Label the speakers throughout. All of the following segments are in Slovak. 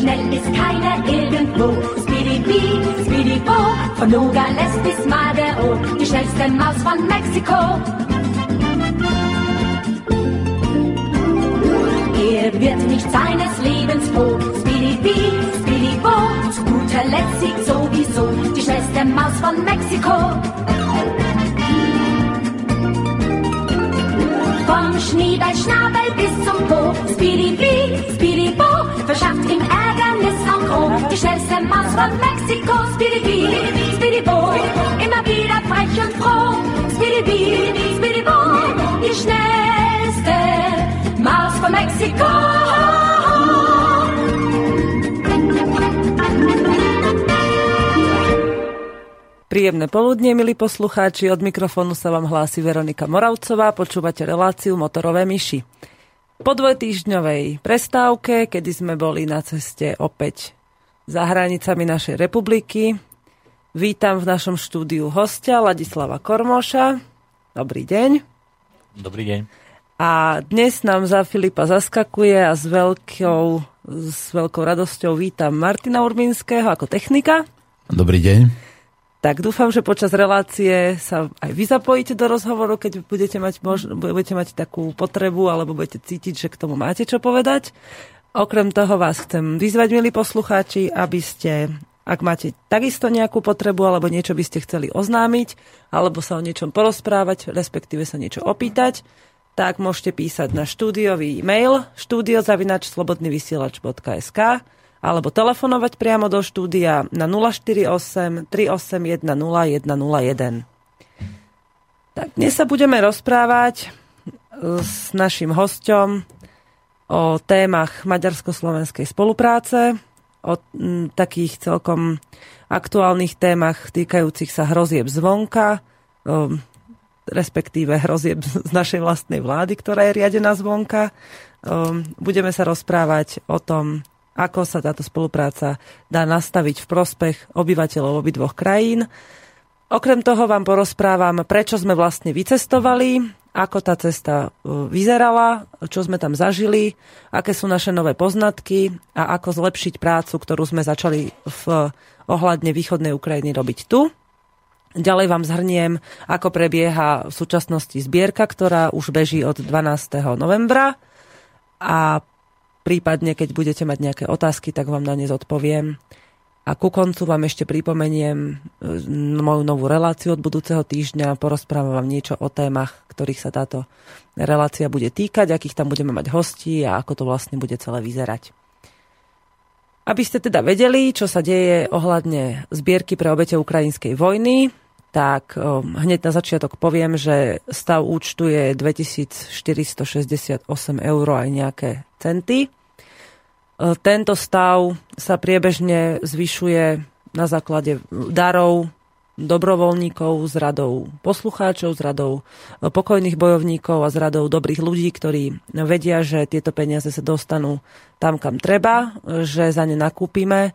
Speaker 1: schnell ist keiner irgendwo. Speedy-Bee, Speedy-Bo, von Nogales bis Madero, die schnellste Maus von Mexiko. Er wird nicht seines Lebens froh. Speedy-Bee, Speedy-Bo, zu guter Letzt siegt sowieso die schnellste Maus von Mexiko. Vom Schneeballschnabel bis zum Po, Speedy-Bee, Speedy-Bo, verschafft ihm Ärgernis en gros. Die schnellste Maus von Mexiko, Speedy-Bee, Speedy-Bo, immer wieder frech und froh. Speedy-Bee, Speedy-Bo, die schnellste Maus von Mexiko.
Speaker 2: Príjemné poludnie, milí poslucháči, od mikrofónu sa vám hlási Veronika Moravcová, počúvate reláciu Motorové myši. Po dvojtýždňovej prestávke, kedy sme boli na ceste opäť za hranicami našej republiky, vítam v našom štúdiu hostia Ladislava Kormoša. Dobrý deň.
Speaker 3: Dobrý deň.
Speaker 2: A dnes nám za Filipa zaskakuje a s veľkou radosťou vítam Martina Urbinského ako technika.
Speaker 4: Dobrý deň.
Speaker 2: Tak dúfam, že počas relácie sa aj vy zapojíte do rozhovoru, keď budete mať takú potrebu alebo budete cítiť, že k tomu máte čo povedať. Okrem toho vás chcem vyzvať, milí poslucháči, aby ste, ak máte takisto nejakú potrebu alebo niečo by ste chceli oznámiť, alebo sa o niečom porozprávať, respektíve sa niečo opýtať, tak môžete písať na štúdiový e-mail studio@slobodnyvysielac.sk alebo telefonovať priamo do štúdia na 048 381 0101. Tak dnes sa budeme rozprávať s našim hosťom o témach maďarsko-slovenskej spolupráce, o takých celkom aktuálnych témach týkajúcich sa hrozieb zvonka, respektíve hrozieb z našej vlastnej vlády, ktorá je riadená zvonka. Budeme sa rozprávať o tom, ako sa táto spolupráca dá nastaviť v prospech obyvateľov obidvoch krajín. Okrem toho vám porozprávam, prečo sme vlastne vycestovali, ako tá cesta vyzerala, čo sme tam zažili, aké sú naše nové poznatky a ako zlepšiť prácu, ktorú sme začali v ohľadne východnej Ukrajiny robiť tu. Ďalej vám zhrniem, ako prebieha v súčasnosti zbierka, ktorá už beží od 12. novembra a prípadne, keď budete mať nejaké otázky, tak vám na ne zodpoviem. A ku koncu vám ešte pripomeniem moju novú reláciu od budúceho týždňa. Porozprávam vám niečo o témach, ktorých sa táto relácia bude týkať, akých tam budeme mať hostí a ako to vlastne bude celé vyzerať. Aby ste teda vedeli, čo sa deje ohľadne zbierky pre obete ukrajinskej vojny, tak hneď na začiatok poviem, že stav účtu je 2468 eur aj nejaké centy. Tento stav sa priebežne zvyšuje na základe darov dobrovoľníkov, s radou poslucháčov, s radou pokojných bojovníkov a s radou dobrých ľudí, ktorí vedia, že tieto peniaze sa dostanú tam, kam treba, že za ne nakúpime.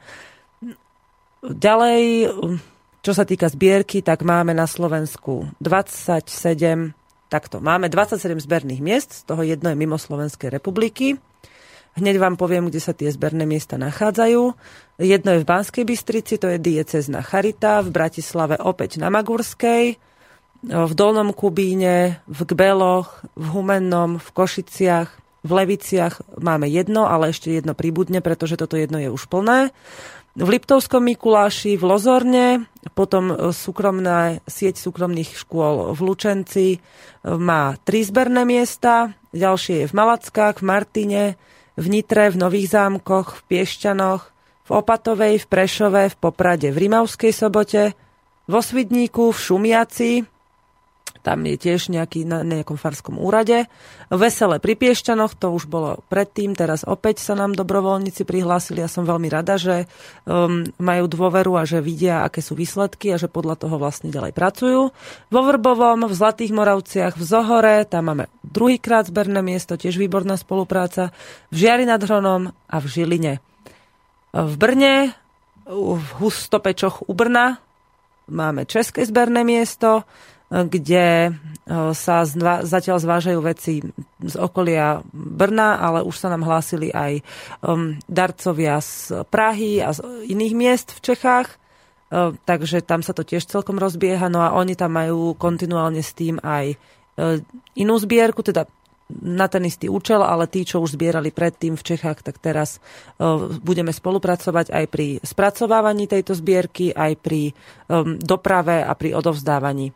Speaker 2: Ďalej, čo sa týka zbierky, tak máme na Slovensku 27 zberných miest, z toho jedno je mimo Slovenskej republiky. Hneď vám poviem, kde sa tie zberné miesta nachádzajú. Jedno je v Banskej Bystrici, to je diecézna Charita, v Bratislave opäť na Magurskej, v Dolnom Kubíne, v Gbeloch, v Humennom, v Košiciach, v Leviciach máme jedno, ale ešte jedno pribudne, pretože toto jedno je už plné. V Liptovskom Mikuláši, v Lozorne, potom sieť súkromných škôl v Lučenci má 3 zberné miesta, ďalšie je v Malackách, v Martine, v Nitre, v Nových Zámkoch, v Piešťanoch, v Opatovej, v Prešove, v Poprade, v Rimavskej Sobote, vo Svidníku, v Šumiaci, tam je tiež na nejakom farskom úrade. Vesele pri Piešťanoch, to už bolo predtým, teraz opäť sa nám dobrovoľníci prihlásili. Ja som veľmi rada, že majú dôveru a že vidia, aké sú výsledky a že podľa toho vlastne ďalej pracujú. Vo Vrbovom, v Zlatých Moravciach, v Zohore, tam máme druhýkrát zberné miesto, tiež výborná spolupráca. V Žiari nad Hronom a v Žiline. V Brne, v Hustopečoch u Brna máme české zberné miesto, kde sa zatiaľ zvážajú veci z okolia Brna, ale už sa nám hlásili aj darcovia z Prahy a z iných miest v Čechách. Takže tam sa to tiež celkom rozbieha. No a oni tam majú kontinuálne s tým aj inú zbierku, teda na ten istý účel, ale tí, čo už zbierali predtým v Čechách, tak teraz budeme spolupracovať aj pri spracovávaní tejto zbierky, aj pri doprave a pri odovzdávaní.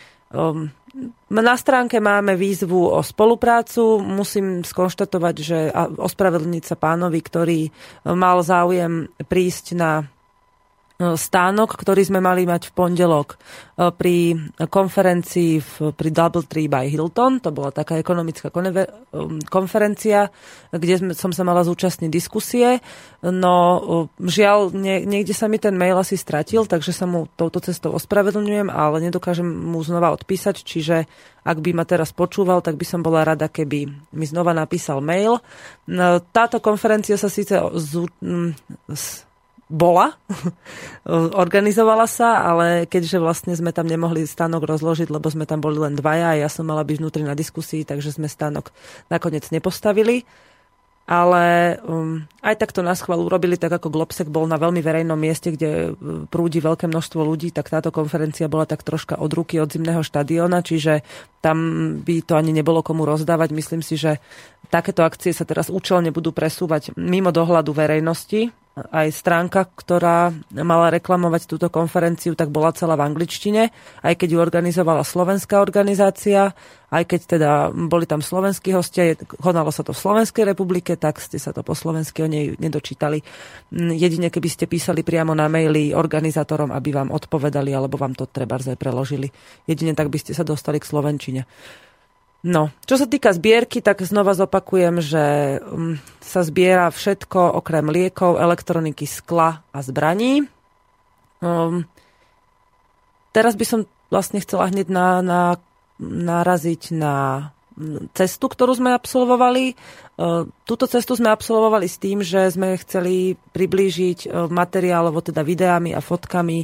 Speaker 2: Na stránke máme výzvu o spoluprácu. Musím skonštatovať, že ospravedlniť sa pánovi, ktorý mal záujem prísť na stánok, ktorý sme mali mať v pondelok pri konferencii pri Doubletree by Hilton. To bola taká ekonomická konferencia, kde som sa mala zúčastniť diskusie. No žiaľ, niekde sa mi ten mail asi stratil, takže sa mu touto cestou ospravedlňujem, ale nedokážem mu znova odpísať, čiže ak by ma teraz počúval, tak by som bola rada, keby mi znova napísal mail. Táto konferencia sa síce organizovala sa, ale keďže vlastne sme tam nemohli stánok rozložiť, lebo sme tam boli len dvaja a ja som mala byť vnútri na diskusii, takže sme stánok nakoniec nepostavili. Ale aj tak to na schvál urobili, tak ako Globsec bol na veľmi verejnom mieste, kde prúdi veľké množstvo ľudí, tak táto konferencia bola tak troška od ruky od zimného štadióna, čiže tam by to ani nebolo komu rozdávať. Myslím si, že takéto akcie sa teraz účelne budú presúvať mimo dohľadu verejnosti. Aj stránka, ktorá mala reklamovať túto konferenciu, tak bola celá v angličtine, aj keď ju organizovala slovenská organizácia, aj keď teda boli tam slovenskí hostia, konalo sa to v Slovenskej republike, tak ste sa to po slovensky o nej nedočítali. Jedine, keby ste písali priamo na maily organizátorom, aby vám odpovedali, alebo vám to trebárs aj preložili. Jedine tak by ste sa dostali k slovenčine. No, čo sa týka zbierky, tak znova zopakujem, že sa zbiera všetko okrem liekov, elektroniky, skla a zbraní. Teraz by som vlastne chcela hneď naraziť na cestu, ktorú sme absolvovali. Túto cestu sme absolvovali s tým, že sme chceli priblížiť materiálovo, teda videami a fotkami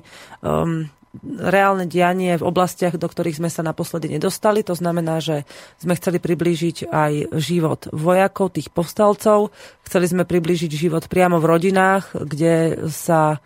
Speaker 2: reálne dianie v oblastiach, do ktorých sme sa naposledy nedostali. To znamená, že sme chceli priblížiť aj život vojakov, tých povstalcov. Chceli sme priblížiť život priamo v rodinách, kde sa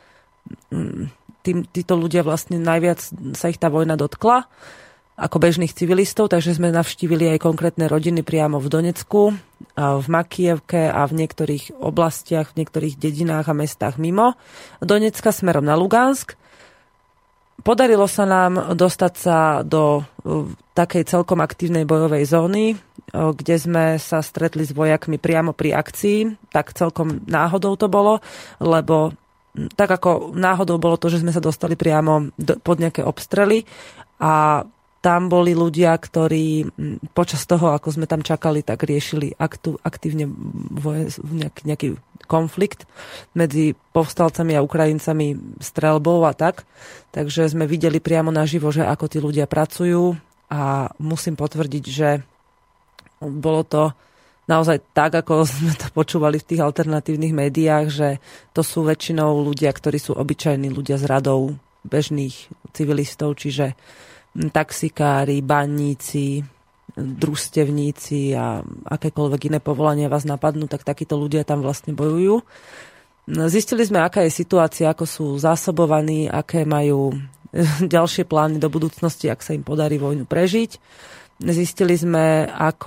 Speaker 2: títo ľudia vlastne najviac sa ich tá vojna dotkla ako bežných civilistov, takže sme navštívili aj konkrétne rodiny priamo v Donecku, v Makievke a v niektorých oblastiach, v niektorých dedinách a mestách mimo Donecka smerom na Lugansk. Podarilo sa nám dostať sa do takej celkom aktívnej bojovej zóny, kde sme sa stretli s vojakmi priamo pri akcii. Tak celkom náhodou to bolo, lebo tak ako náhodou bolo to, že sme sa dostali priamo pod nejaké obstrely a tam boli ľudia, ktorí počas toho, ako sme tam čakali, tak riešili aktívne nejaký konflikt medzi povstalcami a Ukrajincami streľbou a tak. Takže sme videli priamo naživo, že ako tí ľudia pracujú a musím potvrdiť, že bolo to naozaj tak, ako sme to počúvali v tých alternatívnych médiách, že to sú väčšinou ľudia, ktorí sú obyčajní ľudia z radov bežných civilistov, čiže taxikári, baníci, družstevníci a akékoľvek iné povolania vás napadnú, tak takíto ľudia tam vlastne bojujú. Zistili sme, aká je situácia, ako sú zásobovaní, aké majú ďalšie plány do budúcnosti, ak sa im podarí vojnu prežiť. Zistili sme,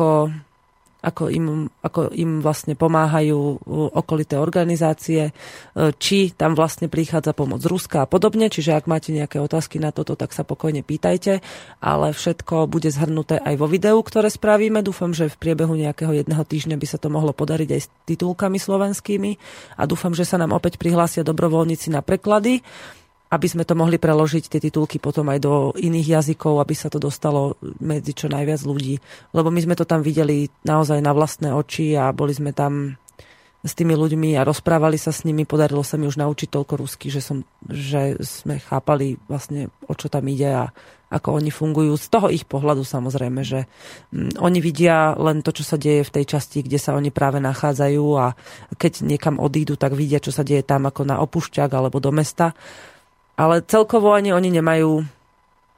Speaker 2: ako im vlastne pomáhajú okolité organizácie, či tam vlastne prichádza pomoc z Ruska a podobne. Čiže ak máte nejaké otázky na toto, tak sa pokojne pýtajte, ale všetko bude zhrnuté aj vo videu, ktoré spravíme. Dúfam, že v priebehu nejakého jedného týždňa by sa to mohlo podariť aj s titulkami slovenskými a dúfam, že sa nám opäť prihlásia dobrovoľníci na preklady, aby sme to mohli preložiť, tie titulky potom aj do iných jazykov, aby sa to dostalo medzi čo najviac ľudí. Lebo my sme to tam videli naozaj na vlastné oči a boli sme tam s tými ľuďmi a rozprávali sa s nimi. Podarilo sa mi už naučiť toľko rusky, že sme chápali vlastne, o čo tam ide a ako oni fungujú. Z toho ich pohľadu samozrejme, že oni vidia len to, čo sa deje v tej časti, kde sa oni práve nachádzajú a keď niekam odídu, tak vidia, čo sa deje tam ako na opušťak alebo do mesta. Ale celkovo ani oni nemajú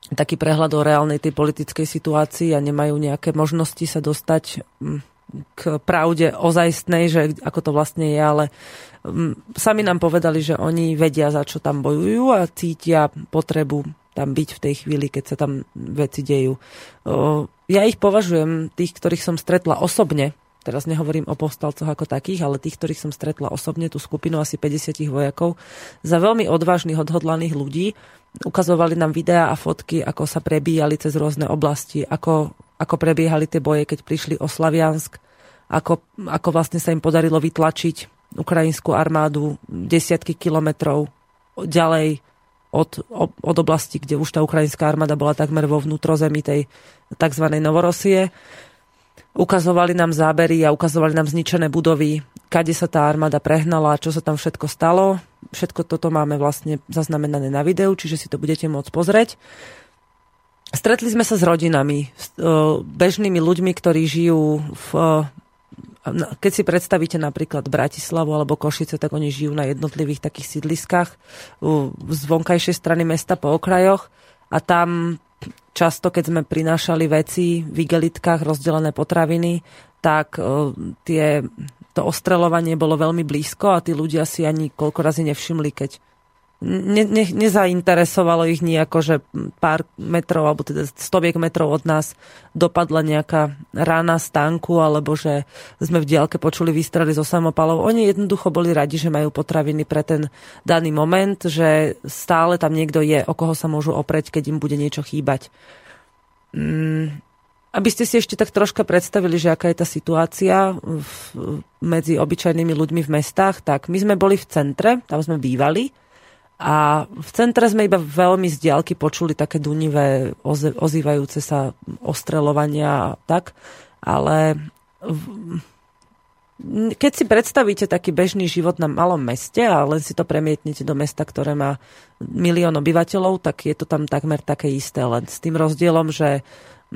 Speaker 2: taký prehľad o reálnej tej politickej situácii a nemajú nejaké možnosti sa dostať k pravde ozajstnej, že ako to vlastne je, ale sami nám povedali, že oni vedia, za čo tam bojujú a cítia potrebu tam byť v tej chvíli, keď sa tam veci dejú. Ja ich považujem, tých, ktorých som stretla osobne, teraz nehovorím o povstalcoch ako takých, ale tých, ktorých som stretla osobne, tú skupinu asi 50 vojakov, za veľmi odvážnych, odhodlaných ľudí. Ukazovali nám videá a fotky, ako sa prebíjali cez rôzne oblasti, ako prebiehali tie boje, keď prišli o Slaviansk, ako vlastne sa im podarilo vytlačiť ukrajinskú armádu desiatky kilometrov ďalej od oblasti, kde už tá ukrajinská armáda bola takmer vo vnútrozemí tej tzv. Novorosie. Ukazovali nám zábery a ukazovali nám zničené budovy, kade sa tá armáda prehnala, čo sa tam všetko stalo. Všetko toto máme vlastne zaznamenané na videu, čiže si to budete môcť pozrieť. Stretli sme sa s rodinami, s bežnými ľuďmi, ktorí žijú keď si predstavíte napríklad Bratislavu alebo Košice, tak oni žijú na jednotlivých takých sídliskách z vonkajšej strany mesta po okrajoch a tam často, keď sme prinášali veci v igelitkách, rozdelené potraviny, tak to ostreľovanie bolo veľmi blízko a tí ľudia si ani koľko razy nevšimli, keď nezainteresovalo ich nejako, že pár metrov, alebo teda stoviek metrov od nás dopadla nejaká rána z tanku, alebo že sme v diaľke počuli výstrely zo samopalov. Oni jednoducho boli radi, že majú potraviny pre ten daný moment, že stále tam niekto je, o koho sa môžu oprieť, keď im bude niečo chýbať. Aby ste si ešte tak troška predstavili, že aká je tá situácia medzi obyčajnými ľuďmi v mestách, tak my sme boli v centre, tam sme bývali, a v centre sme iba veľmi z diaľky počuli také dunivé, ozývajúce sa ostreľovania a tak, ale keď si predstavíte taký bežný život na malom meste a len si to premietnete do mesta, ktoré má 1 000 000 obyvateľov, tak je to tam takmer také isté, len s tým rozdielom, že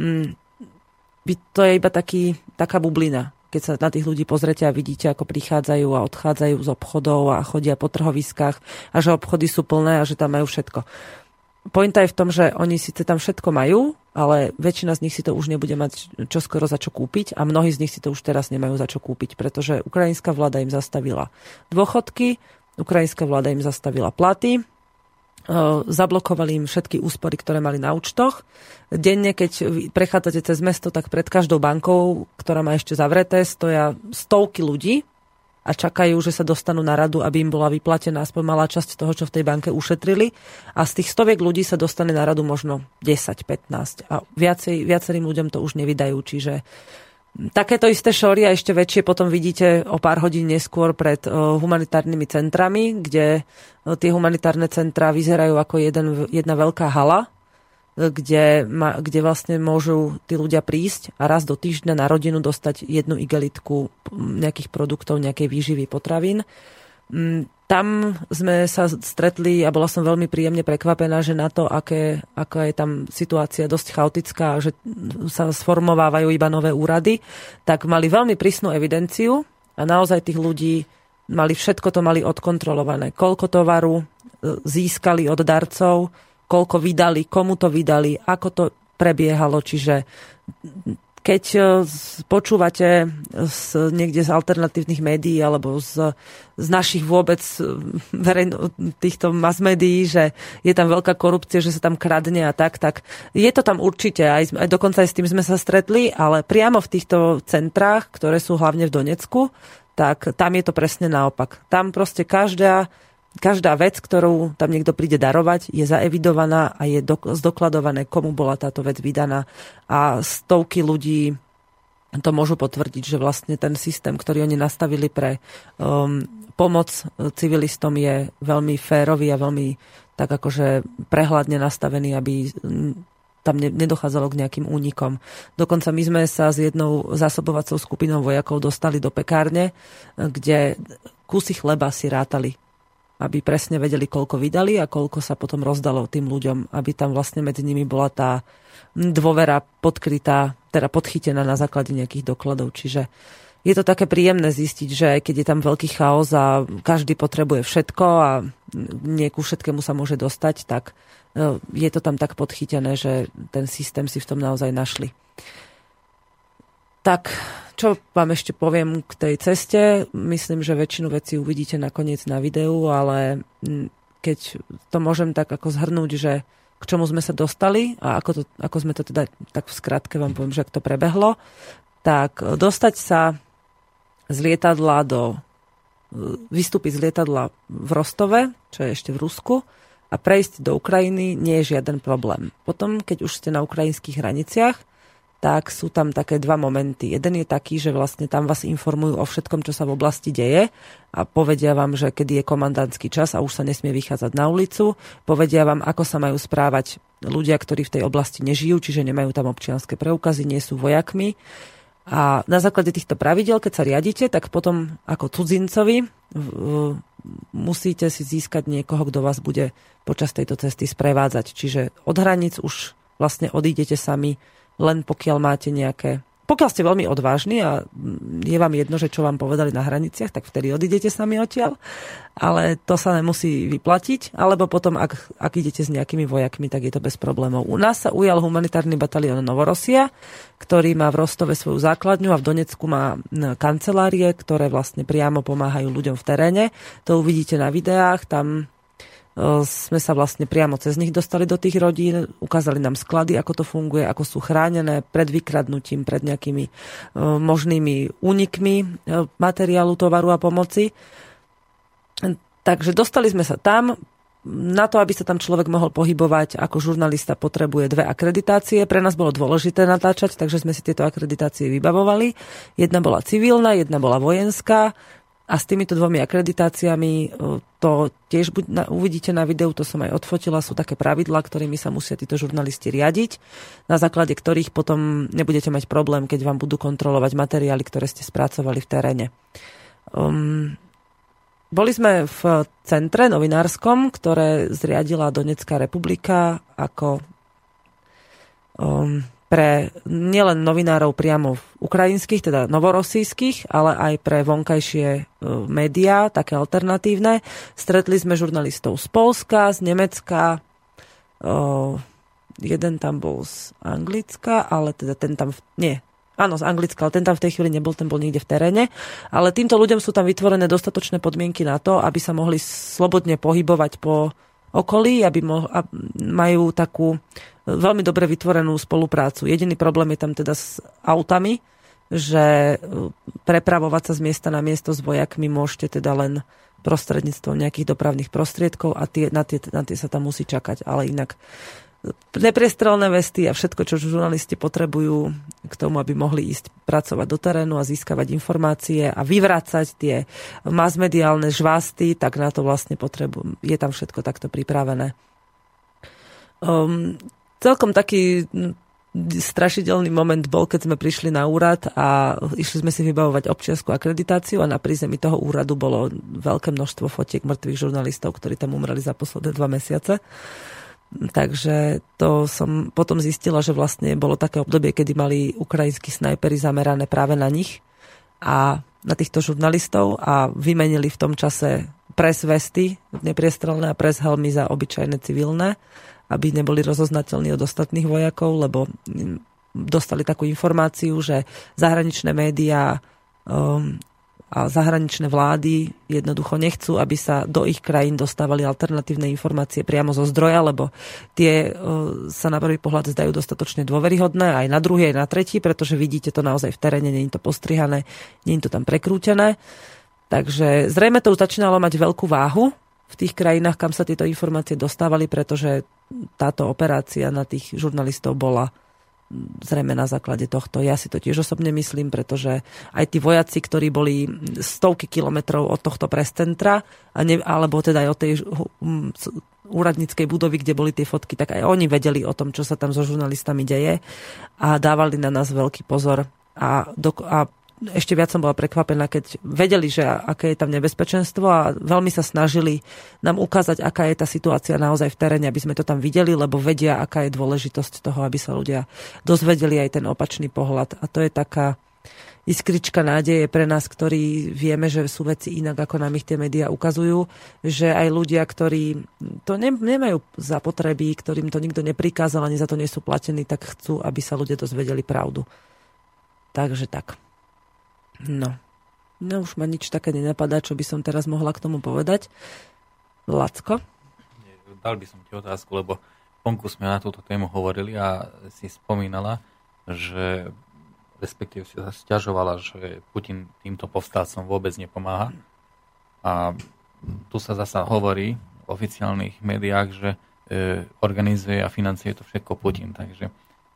Speaker 2: to je iba taká bublina. Keď sa na tých ľudí pozrete a vidíte, ako prichádzajú a odchádzajú z obchodov a chodia po trhoviskách a že obchody sú plné a že tam majú všetko. Pointa je v tom, že oni síce tam všetko majú, ale väčšina z nich si to už nebude mať čoskoro za čo kúpiť a mnohí z nich si to už teraz nemajú za čo kúpiť, pretože ukrajinská vláda im zastavila dôchodky, ukrajinská vláda im zastavila platy, zablokovali im všetky úspory, ktoré mali na účtoch. Denne, keď prechádzate cez mesto, tak pred každou bankou, ktorá má ešte zavreté, stoja stovky ľudí a čakajú, že sa dostanú na radu, aby im bola vyplatená aspoň malá časť toho, čo v tej banke ušetrili. A z tých stoviek ľudí sa dostane na radu možno 10-15. A viacerým ľuďom to už nevydajú. Čiže takéto isté šory a ešte väčšie potom vidíte o pár hodín neskôr pred humanitárnymi centrami, kde tie humanitárne centrá vyzerajú ako jedna veľká hala, kde vlastne môžu tí ľudia prísť a raz do týždňa na rodinu dostať jednu igelitku nejakých produktov, nejakej výživy, potravín. Tam sme sa stretli a bola som veľmi príjemne prekvapená, že na to, aká je tam situácia dosť chaotická, že sa sformovávajú iba nové úrady, tak mali veľmi prísnu evidenciu a naozaj tých ľudí všetko to mali odkontrolované. Koľko tovaru získali od darcov, koľko vydali, komu to vydali, ako to prebiehalo, čiže keď počúvate niekde z alternatívnych médií alebo z našich vôbec týchto mass médií, že je tam veľká korupcia, že sa tam kradne a tak je to tam určite. Dokonca aj s tým sme sa stretli, ale priamo v týchto centrách, ktoré sú hlavne v Donecku, tak tam je to presne naopak. Tam proste každá vec, ktorú tam niekto príde darovať, je zaevidovaná a je zdokladované, komu bola táto vec vydaná. A stovky ľudí to môžu potvrdiť, že vlastne ten systém, ktorý oni nastavili pre pomoc civilistom, je veľmi férový a veľmi tak akože prehľadne nastavený, aby tam nedochádzalo k nejakým únikom. Dokonca my sme sa s jednou zásobovacou skupinou vojakov dostali do pekárne, kde kusy chleba si rátali, aby presne vedeli, koľko vydali a koľko sa potom rozdalo tým ľuďom, aby tam vlastne medzi nimi bola tá dôvera podkrytá, teda podchytená na základe nejakých dokladov. Čiže je to také príjemné zistiť, že keď je tam veľký chaos a každý potrebuje všetko a nie ku všetkému sa môže dostať, tak je to tam tak podchytené, že ten systém si v tom naozaj našli. Tak, čo vám ešte poviem k tej ceste? Myslím, že väčšinu vecí uvidíte nakoniec na videu, ale keď to môžem tak ako zhrnúť, že k čomu sme sa dostali a ako sme to teda, tak v skratke vám poviem, že ak to prebehlo, tak dostať sa z lietadla vystúpiť z lietadla v Rostove, čo je ešte v Rusku, a prejsť do Ukrajiny nie je žiaden problém. Potom, keď už ste na ukrajinských hraniciach, tak sú tam také dva momenty. Jeden je taký, že vlastne tam vás informujú o všetkom, čo sa v oblasti deje a povedia vám, že kedy je komandantský čas a už sa nesmie vychádzať na ulicu. Povedia vám, ako sa majú správať ľudia, ktorí v tej oblasti nežijú, čiže nemajú tam občianske preukazy, nie sú vojakmi. A na základe týchto pravidel, keď sa riadite, tak potom ako cudzincovi musíte si získať niekoho, kto vás bude počas tejto cesty sprevádzať. Čiže od hraníc už vlastne odídete sami, len pokiaľ máte nejaké... Pokiaľ ste veľmi odvážni a je vám jedno, že čo vám povedali na hraniciach, tak vtedy odídete sami odtiaľ, ale to sa nemusí vyplatiť, alebo potom, ak idete s nejakými vojakmi, tak je to bez problémov. U nás sa ujal humanitárny batalión Novorosia, ktorý má v Rostove svoju základňu a v Donecku má kancelárie, ktoré vlastne priamo pomáhajú ľuďom v teréne. To uvidíte na videách, tam sme sa vlastne priamo cez nich dostali do tých rodín, ukázali nám sklady, ako to funguje, ako sú chránené pred vykradnutím, pred nejakými možnými únikmi materiálu, tovaru a pomoci. Takže dostali sme sa tam. Na to, aby sa tam človek mohol pohybovať, ako žurnalista potrebuje 2 akreditácie. Pre nás bolo dôležité natáčať, takže sme si tieto akreditácie vybavovali. Jedna bola civilná, jedna bola vojenská. A s týmito 2 akreditáciami, to tiež uvidíte na videu, to som aj odfotila, sú také pravidlá, ktorými sa musia títo žurnalisti riadiť, na základe ktorých potom nebudete mať problém, keď vám budú kontrolovať materiály, ktoré ste spracovali v teréne. Boli sme v centre novinárskom, ktoré zriadila Donetská republika ako pre nielen novinárov priamo ukrajinských, teda novorosijských, ale aj pre vonkajšie médiá, také alternatívne. Stretli sme žurnalistov z Poľska, z Nemecka, jeden tam bol z Anglicka, ale teda ten tam... Áno, z Anglicka, ale ten tam v tej chvíli nebol, ten bol niekde v teréne. Ale týmto ľuďom sú tam vytvorené dostatočné podmienky na to, aby sa mohli slobodne pohybovať po okolí, majú takú veľmi dobre vytvorenú spoluprácu. Jediný problém je tam teda s autami, že prepravovať sa z miesta na miesto s vojakmi môžete teda len prostredníctvom nejakých dopravných prostriedkov a na tie sa tam musí čakať. Ale inak nepriestrelné vesty a všetko, čo žurnalisti potrebujú k tomu, aby mohli ísť pracovať do terénu a získavať informácie a vyvracať tie masmediálne žvásty, tak na to vlastne je tam všetko takto pripravené. Celkom taký strašidelný moment bol, keď sme prišli na úrad a išli sme si vybavovať občiansku akreditáciu a na prízemí toho úradu bolo veľké množstvo fotiek mŕtvych žurnalistov, ktorí tam umreli za posledné 2 mesiace. Takže to som potom zistila, že vlastne bolo také obdobie, kedy mali ukrajinskí snajperi zamerané práve na nich a na týchto žurnalistov a vymenili v tom čase pres vesty nepriestrelné a pres helmy za obyčajné civilné, aby neboli rozoznateľní od ostatných vojakov, lebo dostali takú informáciu, že zahraničné médiá a zahraničné vlády jednoducho nechcú, aby sa do ich krajín dostávali alternatívne informácie priamo zo zdroja, lebo tie sa na prvý pohľad zdajú dostatočne dôveryhodné, aj na druhý, aj na tretí, pretože vidíte to naozaj v teréne, nie je to postrihané, nie je to tam prekrútené. Takže zrejme to už začínalo mať veľkú váhu v tých krajinách, kam sa tieto informácie dostávali, pretože táto operácia na tých žurnalistov bola zrejme na základe tohto. Ja si to tiež osobne myslím, pretože aj tí vojaci, ktorí boli stovky kilometrov od tohto prescentra, alebo teda aj od tej úradníckej budovy, kde boli tie fotky, tak aj oni vedeli o tom, čo sa tam so žurnalistami deje a dávali na nás veľký pozor. A ešte viac som bola prekvapená, keď vedeli, že aké je tam nebezpečenstvo a veľmi sa snažili nám ukázať, aká je tá situácia naozaj v teréne, aby sme to tam videli, lebo vedia, aká je dôležitosť toho, aby sa ľudia dozvedeli aj ten opačný pohľad. A to je taká iskrička nádeje pre nás, ktorí vieme, že sú veci inak, ako nám ich tie médiá ukazujú, že aj ľudia, ktorí to nemajú zapotreby, ktorým to nikto neprikázal, ani za to nie sú platení, tak chcú, aby sa ľudia dozvedeli pravdu. Takže tak. No, už ma nič také nenapadá, čo by som teraz mohla k tomu povedať. Lacko?
Speaker 3: Dal by som ti otázku, lebo vonku sme na túto tému hovorili a si spomínala, že respektíve si sa sťažovala, že Putin týmto povstalcom vôbec nepomáha. A tu sa zasa hovorí v oficiálnych médiách, že organizuje a financuje to všetko Putin. Takže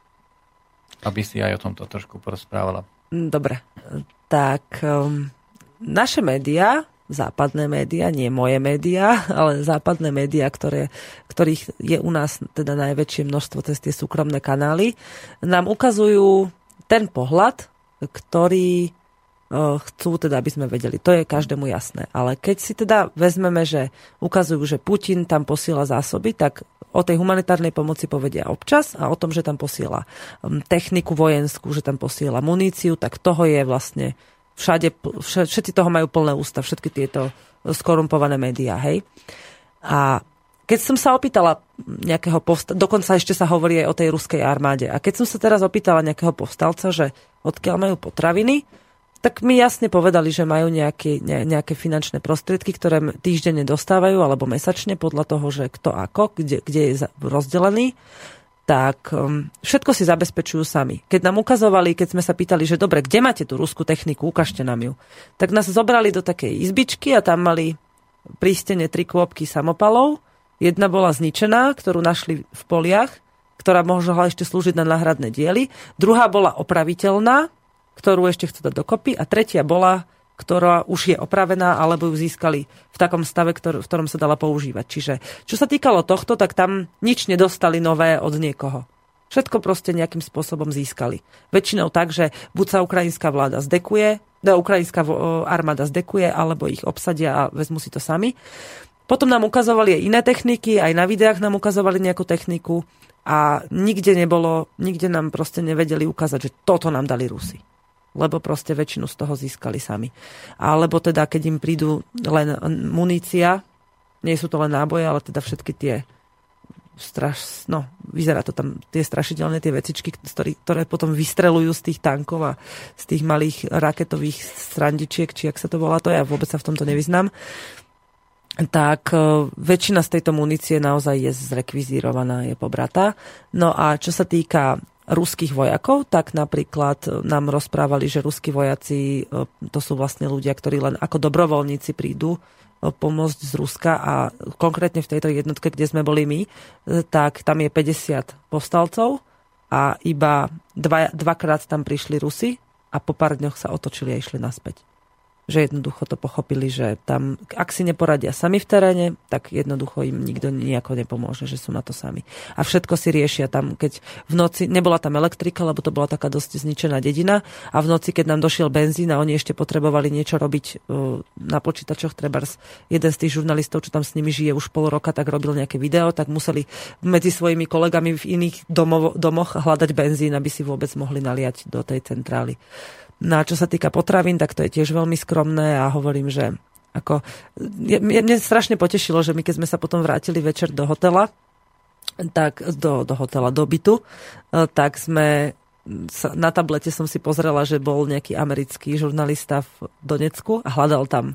Speaker 3: aby si aj o tomto trošku porozprávala.
Speaker 2: Dobre. Tak naše médiá, západné médiá, nie moje médiá, ale západné médiá, ktorých je u nás teda najväčšie množstvo cez tie súkromné kanály, nám ukazujú ten pohľad, ktorý chcú teda, aby sme vedeli. To je každému jasné. Ale keď si teda vezmeme, že ukazujú, že Putin tam posiela zásoby, tak o tej humanitárnej pomoci povedia občas a o tom, že tam posiela techniku vojenskú, že tam posiela muníciu, tak toho je vlastne všade, všetci toho majú plné ústa, všetky tieto skorumpované médiá, hej. A keď som sa opýtala nejakého dokonca ešte sa hovorí aj o tej ruskej armáde, a keď som sa teraz opýtala nejakého povstalca, že odkiaľ majú potraviny, tak mi jasne povedali, že majú nejaké finančné prostriedky, ktoré týždenne dostávajú, alebo mesačne, podľa toho, že kto ako, kde je rozdelený, tak všetko si zabezpečujú sami. Keď nám ukazovali, keď sme sa pýtali, že dobre, kde máte tú ruskú techniku, ukážte nám ju, tak nás zobrali do takej izbičky a tam mali pri stene 3 kôpky samopalov. Jedna bola zničená, ktorú našli v poliach, ktorá mohla ešte slúžiť na náhradné diely. Druhá bola opraviteľná, ktorú ešte chcú dať dokopy. A tretia bola, ktorá už je opravená, alebo ju získali v takom stave, v ktorom sa dala používať. Čiže, čo sa týkalo tohto, tak tam nič nedostali nové od niekoho. Všetko proste nejakým spôsobom získali. Väčšinou tak, že buď sa ukrajinská vláda zdekuje, ukrajinská armáda zdekuje, alebo ich obsadia a vezmu si to sami. Potom nám ukazovali aj iné techniky, aj na videách nám ukazovali nejakú techniku a nikde nám proste nevedeli ukázať, že toto nám dali Rusi. Lebo proste väčšinu z toho získali sami. Alebo teda, keď im prídu len munícia, nie sú to len náboje, ale teda všetky tie vyzerá to tam, tie strašidelné tie vecičky, ktoré potom vystrelujú z tých tankov a z tých malých raketových srandičiek, či jak sa to volá, to ja vôbec sa v tomto nevyznám. Tak väčšina z tejto munície naozaj je zrekvizírovaná, je pobratá. No a čo sa týka ruských vojakov, tak napríklad nám rozprávali, že ruskí vojaci, to sú vlastne ľudia, ktorí len ako dobrovoľníci prídu pomôcť z Ruska a konkrétne v tejto jednotke, kde sme boli my, tak tam je 50 povstalcov a iba dvakrát tam prišli Rusi a po pár dňoch sa otočili a išli naspäť. Že jednoducho to pochopili, že tam, ak si neporadia sami v teréne, tak jednoducho im nikto nejako nepomôže, že sú na to sami. A všetko si riešia tam, keď v noci, nebola tam elektrika, lebo to bola taká dosť zničená dedina a v noci, keď nám došiel benzín a oni ešte potrebovali niečo robiť na počítačoch, trebárs jeden z tých žurnalistov, čo tam s nimi žije už pol roka, tak robil nejaké video, tak museli medzi svojimi kolegami v iných domoch hľadať benzín, aby si vôbec mohli naliať do tej centrály. No a čo sa týka potravín, tak to je tiež veľmi skromné a hovorím, že mne strašne potešilo, že my keď sme sa potom vrátili večer do hotela, tak do bytu, tak sme na tablete som si pozrela, že bol nejaký americký žurnalista v Donecku a hľadal tam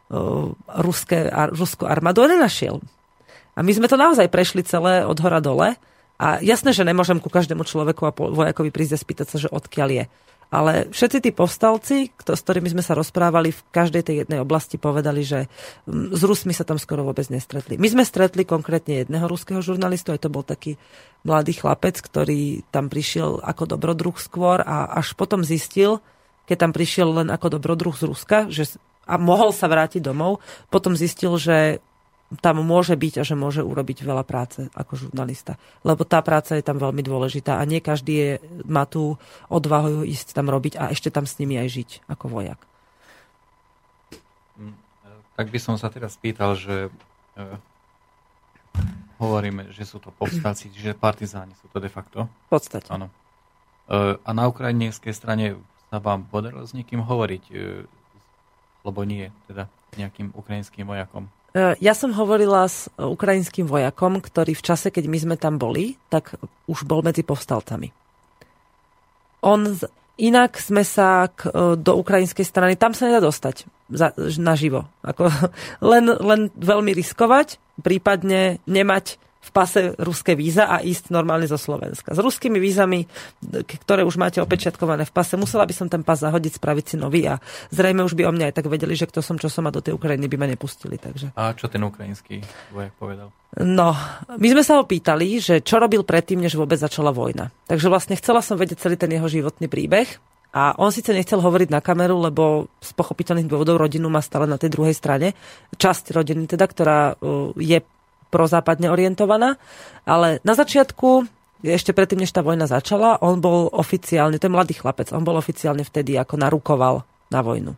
Speaker 2: ruskú armádu a nenašiel. A my sme to naozaj prešli celé od hora dole a jasné, že nemôžem ku každému človeku a vojakovi prísť a spýtať sa, že odkiaľ je. Ale všetci tí povstalci, s ktorými sme sa rozprávali v každej tej jednej oblasti, povedali, že s Rusmi sa tam skoro vôbec nestretli. My sme stretli konkrétne jedného ruského žurnalistu, aj to bol taký mladý chlapec, ktorý tam prišiel ako dobrodruh skôr a až potom zistil, keď tam prišiel len ako dobrodruh z Ruska a mohol sa vrátiť domov, potom zistil, že tam môže byť a že môže urobiť veľa práce ako žurnalista. Lebo tá práca je tam veľmi dôležitá a nie každý má tú odvahu ísť tam robiť a ešte tam s nimi aj žiť ako vojak.
Speaker 3: Tak by som sa teraz spýtal, že hovoríme, že sú to povstalci, čiže partizáni sú to de facto.
Speaker 2: V podstate.
Speaker 3: Áno. A na ukrajinskej strane sa vám podarilo s niekým hovoriť, lebo nie, teda nejakým ukrajinským vojakom?
Speaker 2: Ja som hovorila s ukrajinským vojakom, ktorý v čase, keď my sme tam boli, tak už bol medzi povstalcami. Inak sme sa do ukrajinskej strany, tam sa nedá dostať naživo. Len veľmi riskovať, prípadne nemať v pase ruské víza a ísť normálne zo Slovenska. S ruskými vízami, ktoré už máte opečiatkované v pase, musela by som ten pas zahodiť, spraviť si nový a zrejme už by o mňa aj tak vedeli, že kto som, čo som a do tej Ukrajiny by ma nepustili. Takže.
Speaker 3: A čo ten ukrajinský vojak povedal?
Speaker 2: No, my sme sa ho pýtali, že čo robil predtým, než vôbec začala vojna. Takže vlastne chcela som vedieť celý ten jeho životný príbeh a on síce nechcel hovoriť na kameru, lebo z pochopiteľných dôvodov rodinu má stále na tej druhej strane. Časť rodiny teda, ktorá je prozápadne orientovaná, ale na začiatku, ešte predtým, než tá vojna začala, on bol oficiálne, ten mladý chlapec, on bol oficiálne vtedy ako narukoval na vojnu.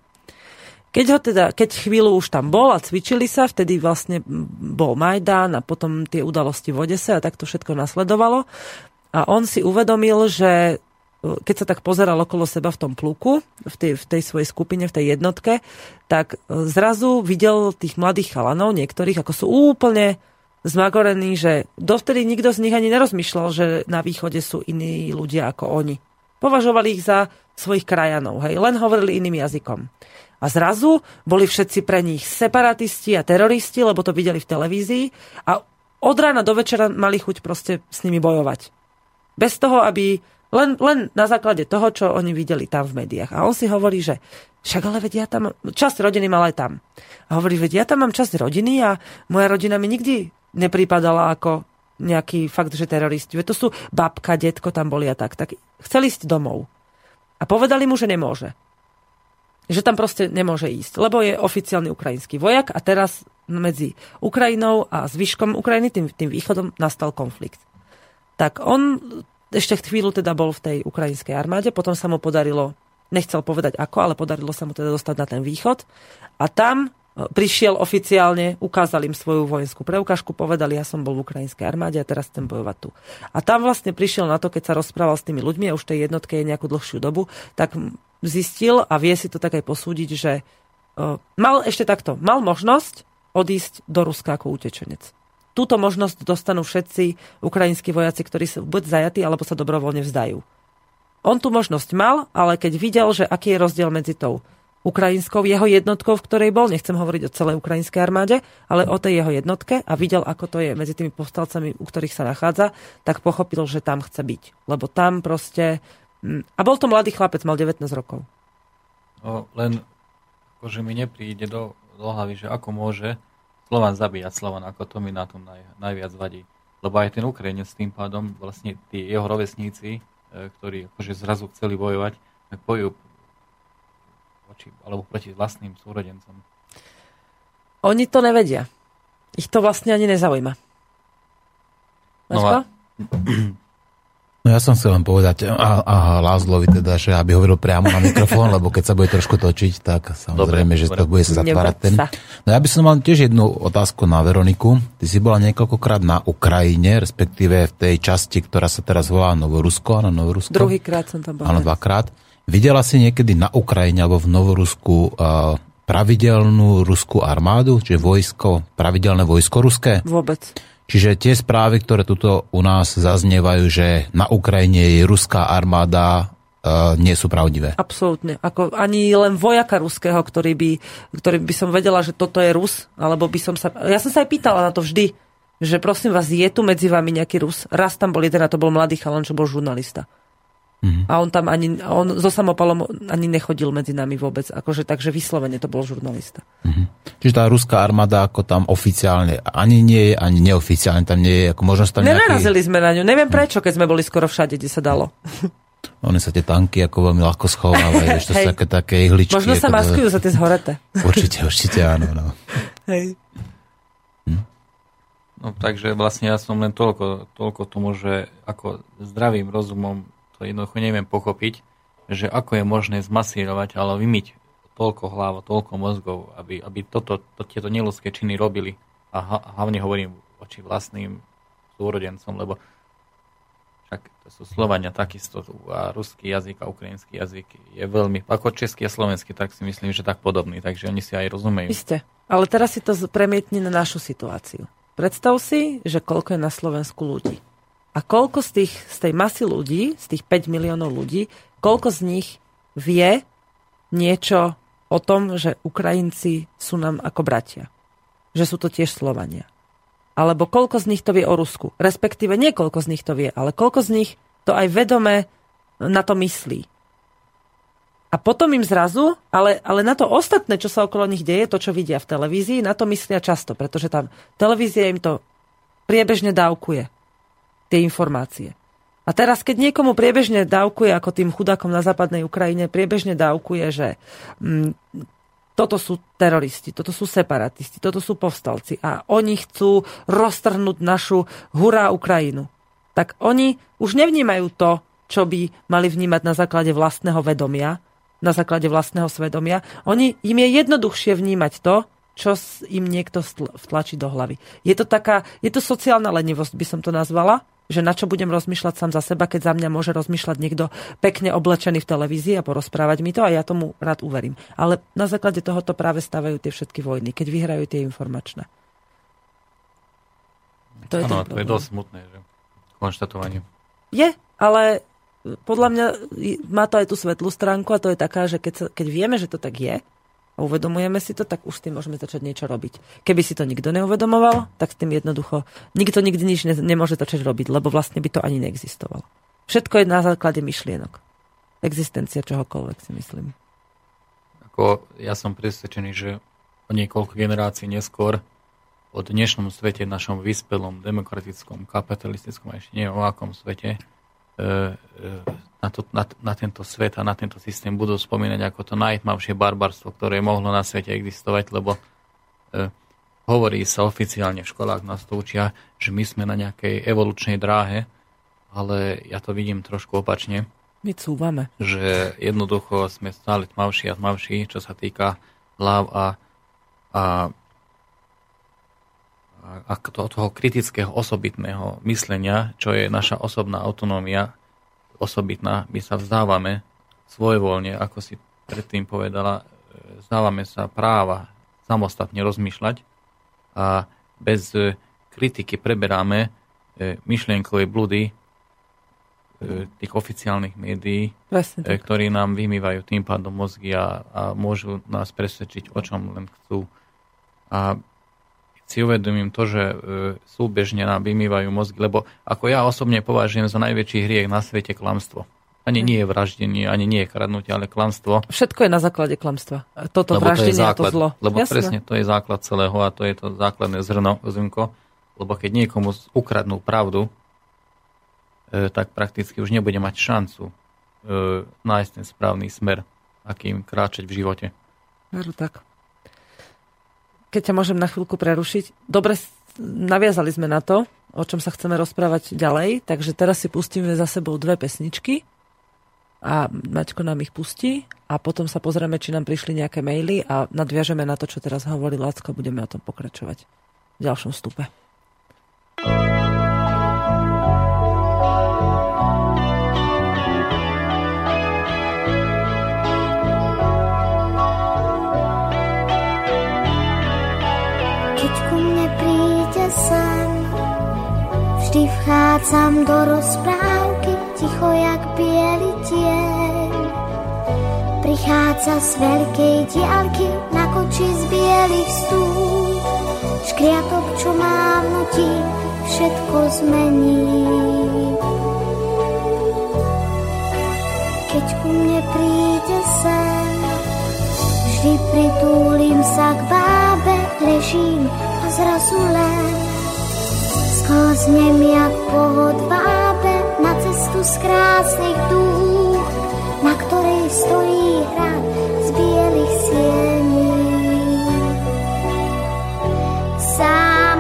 Speaker 2: Keď chvíľu už tam bol a cvičili sa, vtedy vlastne bol Majdán a potom tie udalosti v Odese a tak to všetko nasledovalo. A on si uvedomil, že keď sa tak pozeral okolo seba v tom pluku, v tej svojej skupine, v tej jednotke, tak zrazu videl tých mladých chalanov, niektorých, ako sú úplne zmagorení, že dovtedy nikto z nich ani nerozmýšľal, že na východe sú iní ľudia ako oni. Považovali ich za svojich krajanov, hej, len hovorili iným jazykom. A zrazu boli všetci pre nich separatisti a teroristi, lebo to videli v televízii a od rána do večera mali chuť proste s nimi bojovať. Bez toho, aby len na základe toho, čo oni videli tam v médiách. A on si hovorí, že však ale veď ja tam, časť rodiny mal aj tam. A hovorí, veď ja tam mám časť rodiny a moja rodina mi nikdy nepripadala ako nejaký fakt, že teroristi. Veď to sú babka, detko tam boli a tak. Tak chceli ísť domov. A povedali mu, že nemôže. Že tam proste nemôže ísť. Lebo je oficiálny ukrajinský vojak a teraz medzi Ukrajinou a zvyškom Ukrajiny, tým východom, nastal konflikt. Tak on ešte chvíľu teda bol v tej ukrajinskej armáde, potom sa mu podarilo, nechcel povedať ako, ale podarilo sa mu teda dostať na ten východ. A tam prišiel oficiálne, ukázali im svoju vojenskú preukážku, povedali, ja som bol v ukrajinskej armáde a teraz chcem bojovať tu. A tam vlastne prišiel na to, keď sa rozprával s tými ľuďmi a už tej jednotke je nejakú dlhšiu dobu, tak zistil a vie si to tak aj posúdiť, že mal možnosť odísť do Ruska ako utečenec. Túto možnosť dostanú všetci ukrajinskí vojaci, ktorí sú buď zajatí, alebo sa dobrovoľne vzdajú. On tú možnosť mal, ale keď videl, že aký je rozdiel medzi tou ukrajinskou jeho jednotkou, v ktorej bol, nechcem hovoriť o celej ukrajinskej armáde, ale o tej jeho jednotke a videl, ako to je medzi tými povstalcami, u ktorých sa nachádza, tak pochopil, že tam chce byť. Lebo tam proste... A bol to mladý chlapec, mal 19 rokov.
Speaker 3: No, len akože mi nepríde do hlavy, že ako môže Slovan zabíjať Slovan, ako to mi na tom najviac vadí. Lebo aj ten Ukrajinec s tým pádom, vlastne tí jeho rovesníci, ktorí akože zrazu chceli bojovať, tak bojujú alebo proti vlastným súrodencom. Oni to nevedia.
Speaker 2: Ich to vlastne ani nezaujíma.
Speaker 4: No ja som chcel len povedať Lázlovi teda, že aby hovoril priamo na mikrofón, lebo keď sa bude trošku točiť, tak samozrejme, že to bude sa zatvárať ten. No ja by som mal tiež jednu otázku na Veroniku. Ty si bola niekoľkokrát na Ukrajine, respektíve v tej časti, ktorá sa teraz volá Novorusko.
Speaker 2: Druhýkrát som tam bola.
Speaker 4: Áno, dvakrát. Videla si niekedy na Ukrajine alebo v Novorusku pravidelnú ruskú armádu, čiže pravidelné vojsko ruské?
Speaker 2: Vôbec.
Speaker 4: Čiže tie správy, ktoré tuto u nás zaznievajú, že na Ukrajine je ruská armáda, nie sú pravdivé.
Speaker 2: Absolútne. Ani len vojaka ruského, ktorý by som vedela, že toto je Rus, alebo by som sa... Ja som sa aj pýtala na to vždy, že prosím vás, je tu medzi vami nejaký Rus? Raz tam bol jeden a to bol mladý chalan, čo bol žurnalista. A on tam on so samopalom ani nechodil medzi nami vôbec. Takže vyslovene to bol žurnalista.
Speaker 4: Čiže tá ruská armáda ako tam oficiálne ani nie je, ani neoficiálne tam nie je. Ako možnosť tam
Speaker 2: Nenarazili sme na ňu. Neviem prečo, keď sme boli skoro všade, kde sa dalo.
Speaker 4: One sa tie tanky ako veľmi ľahko schovávajú. To sú také ihličky.
Speaker 2: Možno sa maskujú za tie zhoreté.
Speaker 4: Určite, áno. No.
Speaker 2: Hej.
Speaker 3: No takže vlastne ja som len toľko tomu, že ako zdravým rozumom jednoducho neviem pochopiť, že ako je možné zmasírovať, ale vymyť toľko hlav, toľko mozgov, aby tieto neľudské činy robili. A hlavne hovorím voči vlastným súrodencom, lebo tak to sú Slovania takisto a ruský jazyk a ukrajinský jazyk je veľmi, ako český a slovenský, tak si myslím, že tak podobný, takže oni si aj rozumejú.
Speaker 2: Isté, ale teraz si to premietni na našu situáciu. Predstav si, že koľko je na Slovensku ľudí. A koľko z tej masy ľudí, z tých 5 miliónov ľudí, koľko z nich vie niečo o tom, že Ukrajinci sú nám ako bratia. Že sú to tiež Slovania. Alebo koľko z nich to vie o Rusku. Respektíve nie koľko z nich to vie, ale koľko z nich to aj vedome na to myslí. A potom im zrazu, ale na to ostatné, čo sa okolo nich deje, to, čo vidia v televízii, na to myslia často, pretože tam televízia im to priebežne dávkuje, tie informácie. A teraz, keď niekomu priebežne dávkuje, ako tým chudákom na západnej Ukrajine, priebežne dávkuje, že toto sú teroristi, toto sú separatisti, toto sú povstalci a oni chcú roztrhnúť našu hurá Ukrajinu. Tak oni už nevnímajú to, čo by mali vnímať na základe vlastného vedomia, na základe vlastného svedomia. Im je jednoduchšie vnímať to, čo im niekto vtlačí do hlavy. Je to sociálna lenivosť, by som to nazvala, že na čo budem rozmýšľať sám za seba, keď za mňa môže rozmýšľať niekto pekne oblečený v televízii a porozprávať mi to a ja tomu rád uverím. Ale na základe tohoto práve stávajú tie všetky vojny, keď vyhrajú tie informačné. To
Speaker 3: je dosť smutné, že konštatovanie.
Speaker 2: Je, ale podľa mňa má to aj tú svetlú stránku a to je taká, že keď vieme, že to tak je, a uvedomujeme si to, tak už s tým môžeme začať niečo robiť. Keby si to nikto neuvedomoval, tak s tým jednoducho nikto nikdy nič nemôže začať robiť, lebo vlastne by to ani neexistovalo. Všetko je na základe myšlienok. Existencia čohokoľvek, si myslím.
Speaker 3: Ja som presvedčený, že o niekoľko generácií neskôr o dnešnom svete, našom vyspelom, demokratickom, kapitalistickom, a ešte nie o akom svete, na tento svet a na tento systém budú spomínať ako to najtmavšie barbarstvo, ktoré mohlo na svete existovať, lebo hovorí sa oficiálne v školách, nás to učia, že my sme na nejakej evolučnej dráhe, ale ja to vidím trošku opačne.
Speaker 2: My cúvame.
Speaker 3: Že jednoducho sme stále tmavší a tmavší, čo sa týka hlav a toho kritického osobitného myslenia, čo je naša osobná autonómia osobitná, my sa vzdávame svojvoľne, ako si predtým povedala, vzdávame sa práva samostatne rozmýšľať a bez kritiky preberáme myšlienkové blúdy tých oficiálnych médií, ktorí nám vymývajú tým pádom mozgy a môžu nás presvedčiť, o čom len chcú. A si uvedomím to, že súbežne nám vymývajú mozgy, lebo ako ja osobne považujem za najväčší hriech na svete klamstvo. Ani nie je vraždenie, ani nie je kradnutie, ale klamstvo.
Speaker 2: Všetko je na základe klamstva. Toto vraždenie a to zlo.
Speaker 3: Lebo presne to je základ celého a to je to základné zrnko. Lebo keď niekomu ukradnú pravdu, tak prakticky už nebude mať šancu nájsť ten správny smer, akým kráčať v živote.
Speaker 2: Veru tak. Keď ťa môžem na chvíľku prerušiť. Dobre, naviazali sme na to, o čom sa chceme rozprávať ďalej, takže teraz si pustíme za sebou 2 pesničky a Maťko nám ich pustí a potom sa pozrieme, či nám prišli nejaké maily a nadviažeme na to, čo teraz hovorí Lacko, budeme o tom pokračovať v ďalšom vstupe.
Speaker 5: Vždy vchádzam do rozprávky, ticho jak biely tieň. Prichádza z veľkej diaľky, na koči z bielých stúp. Škriatok, čo má vnutí, všetko zmení. Keď ku mne príde sen, vždy pritúlim sa k bábe, ležím a zrazu len sklznem jak pohod vábe na cestu z krásnych dúch, na ktorej stojí hrad z bielých siení. Sám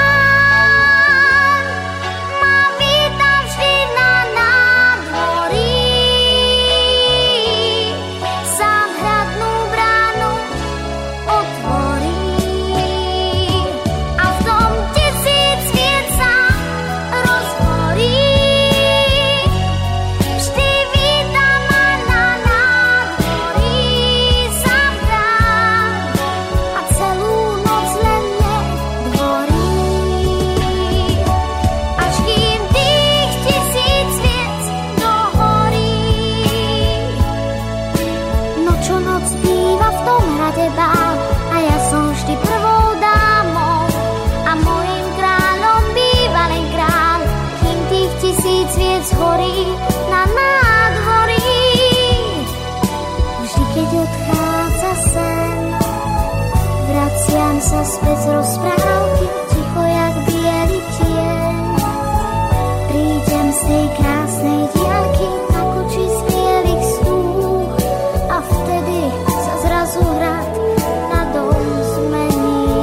Speaker 5: kráľ ma víta vždy na nádvorí, sám hradnú bránu otvorí a v tom 1000 sviec sa rozhorí. čo noc býva v tom hrade bál. A ja som vždy prvou dámou a mojím kráľom býva len kráľ, kým tých 1000 sviec horí na nádvorí. Vždy, keď odchádza sen, vraciam sa späť z rozprávky, ticho jak biely tieň. Prídem z tej krásnej diaľky na koči z bielých stúch a vtedy sa zrazu hrad na dom zmení.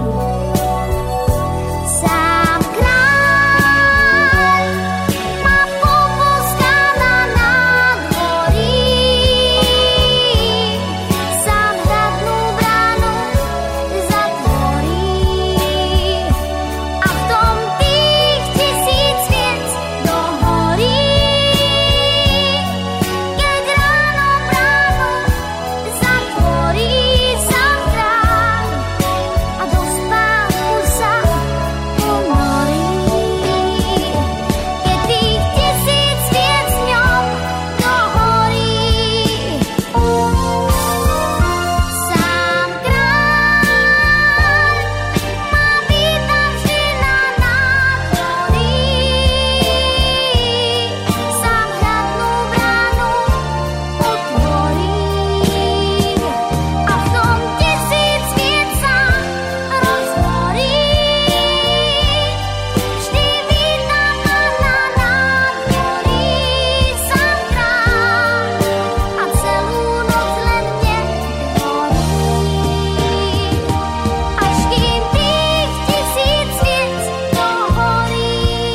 Speaker 5: Sám kráľ ma popuská na nádvorí, sám hradnú bránu zatvorí a v tom tých 1000 sviec dohorí. Keď ráno bránu zatvorí sám kráľ a do spánku sa ponorí. Keď tých 1000 sviec v ňom dohorí, sám kráľ ma víta vždy na nádvorí, sám hradnú bránu otvorí a v tom 1000 sviec sa rozhorí. Vždy víta ma na nádvorí sám kráľ a celú noc len mne horí, až kým tých 1000 sviec dohorí.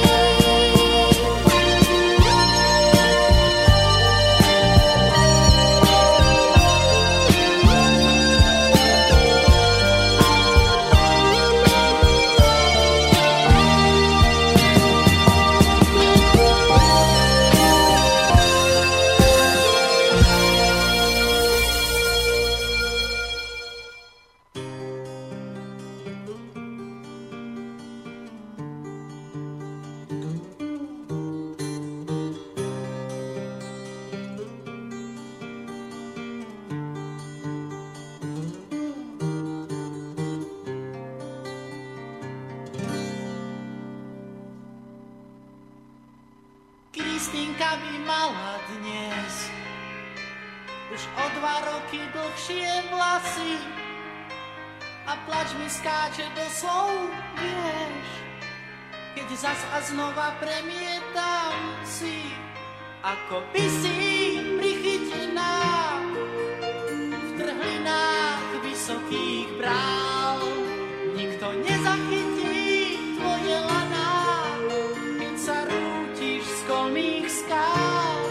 Speaker 6: Kristýnka by mala dnes už o 2 roky dlhšie vlasy a plač mi skáče do slov, vieš, keď zas a znova premietam si, ako by si pri chytinách v trhlinách vysokých brál. Nikto nezachytí tvoje laná, keď sa rútiš z kolmých skál.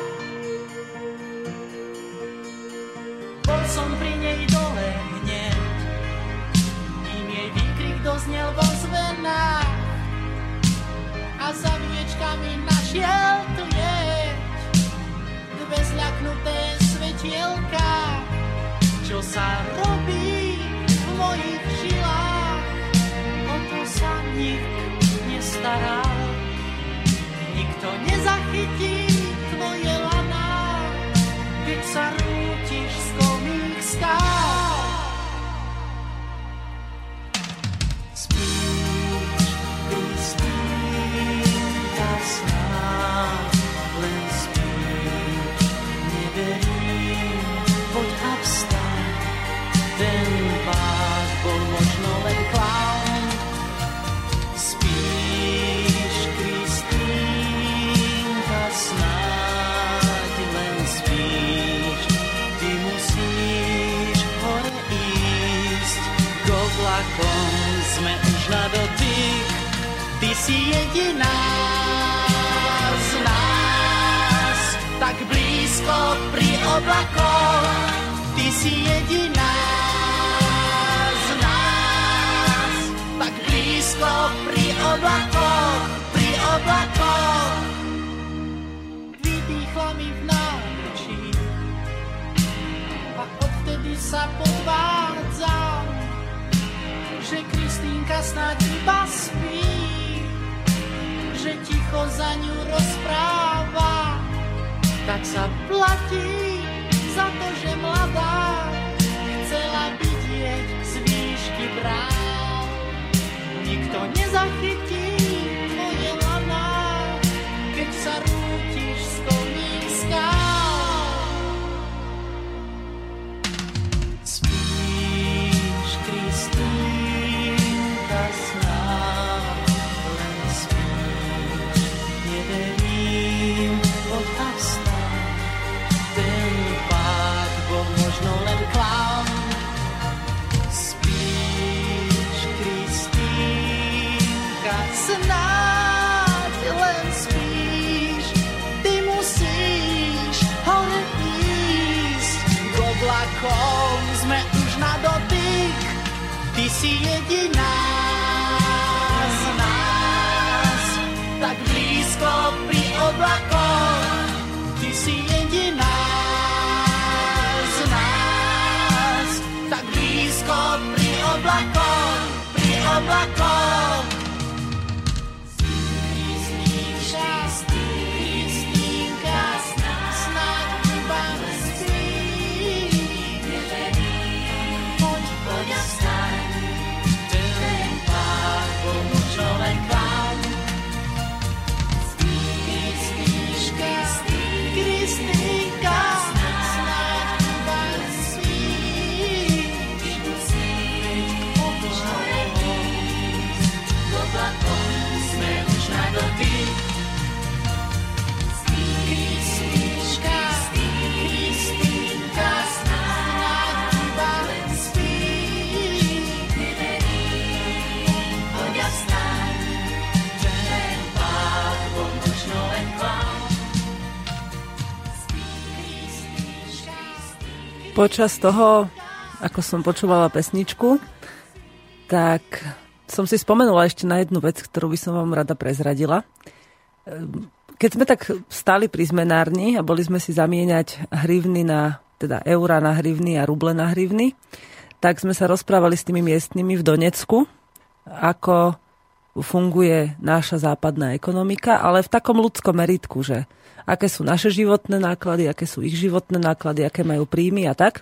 Speaker 6: Bol som pri nej dole hneď, kým jej výkrik doznel vo zvenách a za viečkami našiel tlieť 2 zľaknuté svetielka. Čo sa robí v mojich žilách, o to sa nik nestará. Nikto nezachytí tvoje laná, keď sa rútiš z kolmých skál. Spíš, Kristýnka, snáď len spíš, neverím, poď a vstaň. Ten pás bol možno len klaun. Spíš, Kristýnka, snáď len spíš. Ty musíš hore ísť, k oblakom sme už na dotyk. Ty si jediná z nás, tak blízko pri oblakoch. Ty si jediná z nás, tak blízko pri oblakoch, pri oblakoch. Vydýchla mi v náručí a odtedy sa podvádzam, že Kristýnka snáď iba spí, že ticho za ňu rozpráva, tak sa platí za to, že mladá si jediná z nás, tak blízko pri oblakoch. Ty si jediná z nás, tak blízko pri oblakoch, pri oblakoch.
Speaker 2: Počas toho, ako som počúvala pesničku, tak som si spomenula ešte na jednu vec, ktorú by som vám rada prezradila. Keď sme tak stáli pri zmenárni a boli sme si zamieňať hrivny teda eura na hrivny a ruble na hrivny, tak sme sa rozprávali s tými miestnymi v Donecku, ako funguje naša západná ekonomika, ale v takom ľudskom meritku, že aké sú naše životné náklady, aké sú ich životné náklady, aké majú príjmy a tak.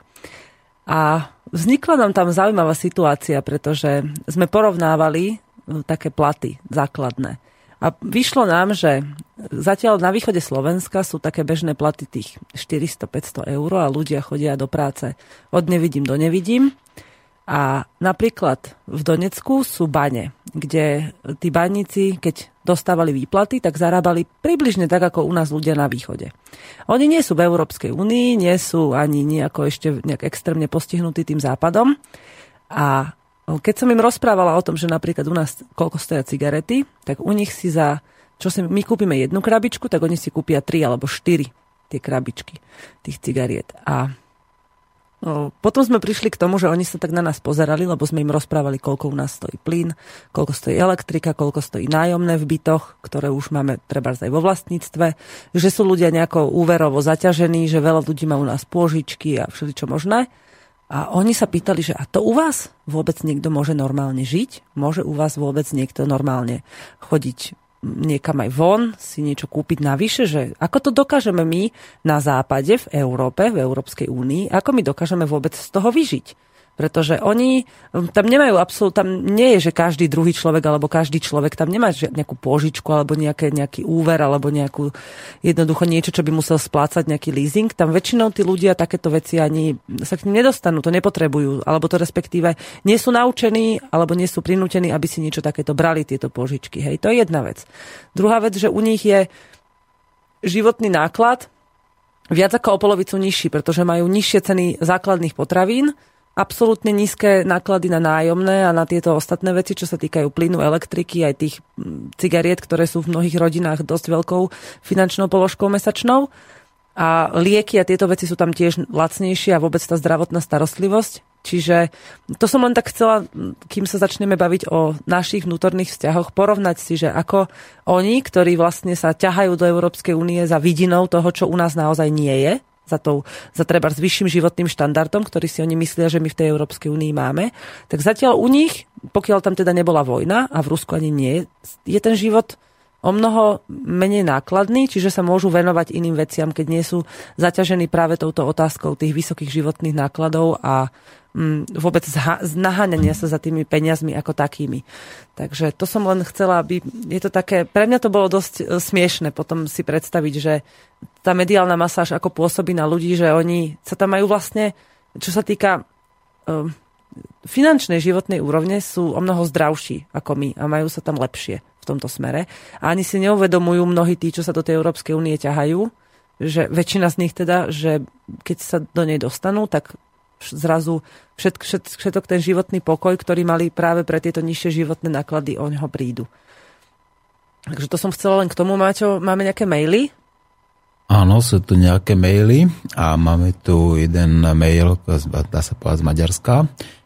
Speaker 2: A vznikla nám tam zaujímavá situácia, pretože sme porovnávali také platy základné. A vyšlo nám, že zatiaľ na východe Slovenska sú také bežné platy tých 400-500 eur a ľudia chodia do práce od nevidím do nevidím. A napríklad v Donecku sú bane, kde tí baníci, keď dostávali výplaty, tak zarábali približne tak, ako u nás ľudia na východe. Oni nie sú v Európskej únii, nie sú ani nejako ešte nejak extrémne postihnutí tým západom. A keď som im rozprávala o tom, že napríklad u nás koľko stoja cigarety, tak u nich si my kúpime jednu krabičku, tak oni si kúpia 3 alebo 4 tie krabičky tých cigariet. A potom sme prišli k tomu, že oni sa tak na nás pozerali, lebo sme im rozprávali, koľko u nás stojí plyn, koľko stojí elektrika, koľko stojí nájomné v bytoch, ktoré už máme trebárs aj vo vlastníctve, že sú ľudia nejako úverovo zaťažení, že veľa ľudí má u nás pôžičky a všeličo možné. A oni sa pýtali, že a to u vás vôbec niekto môže normálne žiť? Môže u vás vôbec niekto normálne chodiť niekam aj von, si niečo kúpiť navyše, že ako to dokážeme my na západe, v Európe, v Európskej únii, ako my dokážeme vôbec z toho vyžiť? Pretože oni tam nemajú tam nie je, že každý druhý človek alebo každý človek tam nemá nejakú pôžičku alebo nejaký úver alebo nejakú jednoducho niečo, čo by musel splácať nejaký leasing. Tam väčšinou tí ľudia takéto veci ani sa k nim nedostanú, to nepotrebujú, alebo to respektíve nie sú naučení alebo nie sú prinútení, aby si niečo takéto brali, tieto pôžičky. Hej, to je jedna vec. Druhá vec, že u nich je životný náklad viac ako o polovicu nižší, pretože majú nižšie ceny základných potravín, absolútne nízke náklady na nájomné a na tieto ostatné veci, čo sa týkajú plynu, elektriky, aj tých cigariet, ktoré sú v mnohých rodinách dosť veľkou finančnou položkou mesačnou. A lieky a tieto veci sú tam tiež lacnejšie a vôbec tá zdravotná starostlivosť. Čiže to som len tak chcela, kým sa začneme baviť o našich vnútorných vzťahoch, porovnať si, že ako oni, ktorí vlastne sa ťahajú do Európskej únie za vidinou toho, čo u nás naozaj nie je, za treba s vyšším životným štandardom, ktorý si oni myslia, že my v tej Európskej únii máme, tak zatiaľ u nich, pokiaľ tam teda nebola vojna, a v Rusku ani nie, je ten život o mnoho menej nákladný, čiže sa môžu venovať iným veciam, keď nie sú zaťažení práve touto otázkou tých vysokých životných nákladov a vôbec naháňania sa za tými peniazmi ako takými. Takže to som len chcela, aby je to také, pre mňa to bolo dosť smiešne potom si predstaviť, že tá mediálna masáž ako pôsobí na ľudí, že oni sa tam majú vlastne, čo sa týka finančnej životnej úrovne, sú o mnoho zdravší ako my a majú sa tam lepšie v tomto smere. A ani si neuvedomujú mnohí tí, čo sa do tej Európskej únie ťahajú, že väčšina z nich teda, že keď sa do nej dostanú, tak zrazu všetok ten životný pokoj, ktorý mali práve pre tieto nižšie životné náklady, oňho prídu. Takže to som chcela len k tomu. Máťo, máme nejaké maily?
Speaker 4: Áno, sú tu nejaké maily a máme tu jeden mail, dá sa povedať z Maďarska.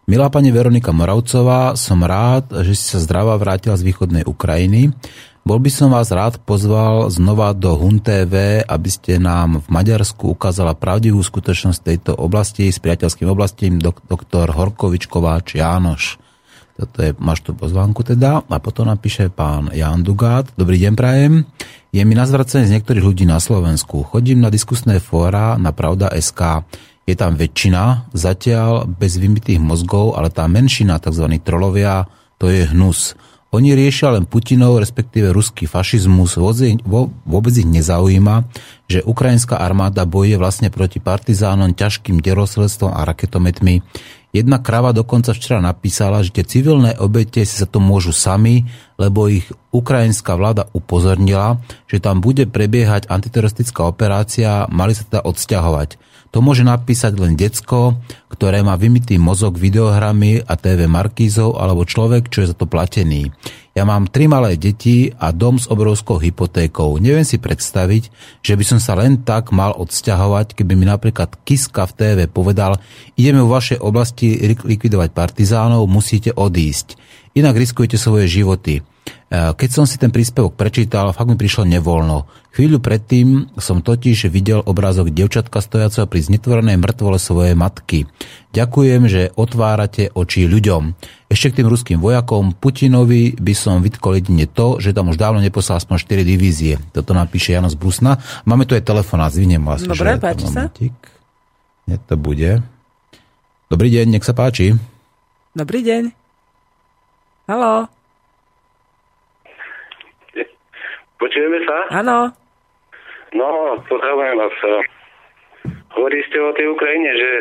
Speaker 4: Milá pani Veronika Moravcová, som rád, že si sa zdravá vrátila z východnej Ukrajiny. Bol by som vás rád pozval znova do HUN TV, aby ste nám v Maďarsku ukázala pravdivú skutočnosť tejto oblasti s priateľským oblastím doktor Horkovič Kováč Jánoš. Toto je, máš tu pozvánku teda. A potom napíše pán Jan Dugát. Dobrý deň, prajem. Je mi na zvracenie z niektorých ľudí na Slovensku. Chodím na diskusné fóra na Pravda.sk. Je tam väčšina, zatiaľ bez vymytých mozgov, ale tá menšina, tzv. Trolovia, to je hnus. Oni riešia len Putinov, respektíve ruský fašizmus. Vôbec ich nezaujíma, že ukrajinská armáda bojuje vlastne proti partizánom, ťažkým delostrelectvom a raketometmi. Jedna krava dokonca včera napísala, že tie civilné obete si sa to môžu sami, lebo ich ukrajinská vláda upozornila, že tam bude prebiehať antiteroristická operácia, mali sa teda odsťahovať. To môže napísať len decko, ktoré má vymytý mozog videohrami a TV markízov, alebo človek, čo je za to platený. Ja mám 3 malé deti a dom s obrovskou hypotékou. Neviem si predstaviť, že by som sa len tak mal odsťahovať, keby mi napríklad Kiska v TV povedal, ideme vo vašej oblasti likvidovať partizánov, musíte odísť. Inak riskujete svoje životy. Keď som si ten príspevok prečítal, fakt mi prišlo nevoľno. Chvíľu predtým som totiž videl obrázok dievčatka stojaceho pri znetvorenej mŕtvole svojej matky. Ďakujem, že otvárate oči ľuďom. Ešte k tým ruským vojakom Putinovi by som vytkol jedine to, že tam už dávno neposlal aspoň 4 divízie. Toto napíše Jano z Brusna. Máme tu aj telefonát, zvinem vás.
Speaker 2: Dobre, páči sa.
Speaker 4: Nie to bude. Dobrý deň, nech sa páči.
Speaker 2: Dobrý deň. Haló.
Speaker 7: Počujeme sa?
Speaker 2: Áno.
Speaker 7: No, pozdravujem vás. Hovorili ste o tej Ukrajine, že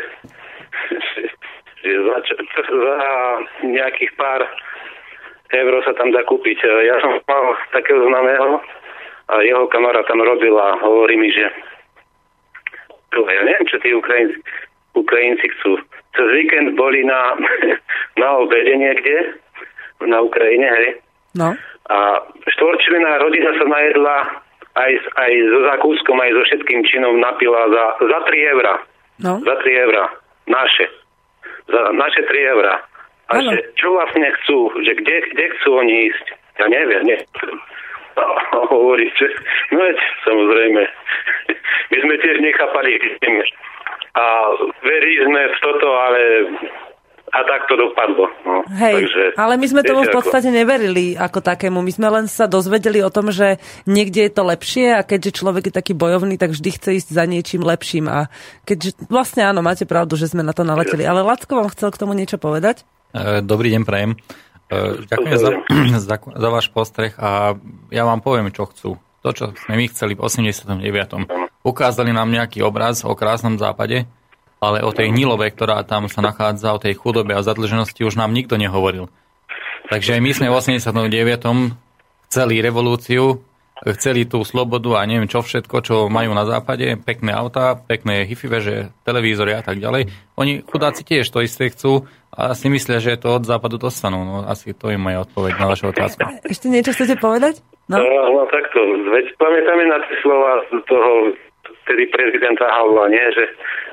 Speaker 7: za nejakých pár eur sa tam dá kúpiť. Ja som mal takého známeho a jeho kamarát tam robil a hovorí mi, že ja neviem, čo tí Ukrajinci chcú. Cez víkend boli na obede niekde na Ukrajine, hej?
Speaker 2: No.
Speaker 7: A štvorčlenná rodina sa najedla aj so zakúskom, aj so všetkým činom napila za 3 eurá.
Speaker 2: No.
Speaker 7: Za 3 eurá. Naše. Za naše 3 eurá. A že, čo vlastne chcú? Že kde chcú oni ísť? Ja neviem. Hovorí, že no veď, samozrejme. My sme tiež nechápali. A verili sme v toto, ale a tak to dopadlo. No.
Speaker 2: Hej, takže, ale my sme tomu v podstate neverili ako takému. My sme len sa dozvedeli o tom, že niekde je to lepšie a keďže človek je taký bojovný, tak vždy chce ísť za niečím lepším. A keďže vlastne áno, máte pravdu, že sme na to naleteli. Ale Lacko vám chcel k tomu niečo povedať?
Speaker 3: Dobrý deň, prajem. Ďakujem za váš postreh a ja vám poviem, čo chcú. To, čo sme my chceli v 89. Ukázali nám nejaký obraz o krásnom západe, ale o tej Nilove, ktorá tam sa nachádza, o tej chudobe a zadlženosti už nám nikto nehovoril. Takže my sme v 89. chceli revolúciu, chceli tú slobodu a neviem čo všetko, čo majú na západe, pekné autá, pekné hi-fi veže, televízory a tak ďalej. Oni chudáci tiež to isté chcú a si myslia, že to od západu dostanú. No asi to je moja odpoveď na vašu otázku.
Speaker 2: Ešte niečo chcete povedať?
Speaker 7: No takto. Veď pamätáme na tie slova toho vtedy prezidenta Havla, nie? Že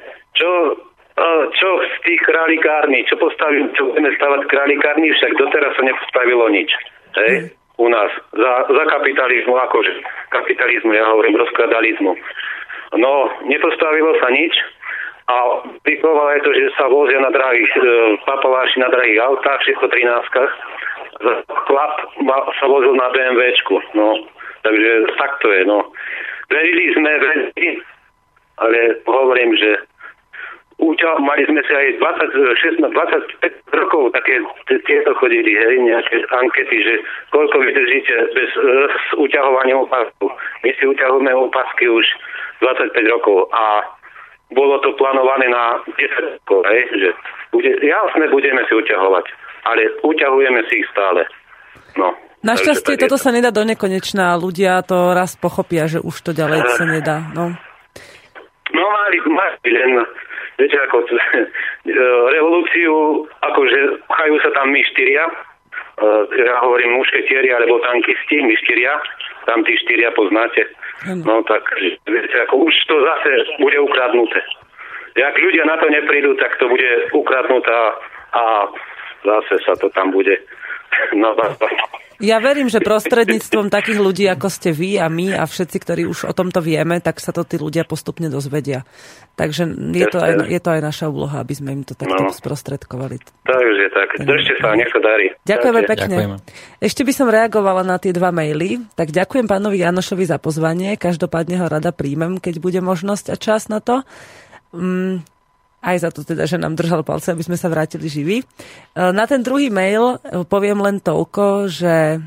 Speaker 7: čo z tých králikární, čo budeme stavať králikární, však doteraz sa nepostavilo nič. Hej? U nás. Za kapitalizmu, akože kapitalizmu, ja hovorím rozkladalizmu. No, nepostavilo sa nič a vykovalo je to, že sa vozia na drahých papaláši na drahých autách, 613-kách. Chlap sa vozil na BMWčku. No, takže tak to je, no. Verili sme, ale hovorím, že mali sme si aj 25 rokov také tieto chodili, hej, nejaké ankety, že koľko vydržíte s uťahovaním opasku. My si uťahujeme opasky už 25 rokov a bolo to plánované na 10 rokov, hej, že jasne budeme si uťahovať, ale uťahujeme si ich stále. No.
Speaker 2: Našťastie toto sa nedá do nekonečná, ľudia to raz pochopia, že už to ďalej sa nedá, no.
Speaker 7: No mali len viete, ako revolúciu, akože chajú sa tam my 4, ja hovorím mušketieri, alebo tankisti, my 4, tam tí 4 poznáte. No tak, viete, ako už to zase bude ukradnuté. Jak ľudia na to neprídu, tak to bude ukradnutá a zase sa to tam bude nabávať.
Speaker 2: Ja verím, že prostredníctvom takých ľudí, ako ste vy a my a všetci, ktorí už o tomto vieme, tak sa to tí ľudia postupne dozvedia. Takže je to aj naša úloha, aby sme im to takto sprostredkovali.
Speaker 7: Takže tak. Držte sa, nech sa darí.
Speaker 2: Ďakujeme pekne. Ďakujeme. Ešte by som reagovala na tie 2 maily. Tak ďakujem pánovi Janošovi za pozvanie. Každopádne ho rada príjmem, keď bude možnosť a čas na to. Aj za to teda, že nám držal palce, aby sme sa vrátili živí. Na ten druhý mail poviem len toľko, že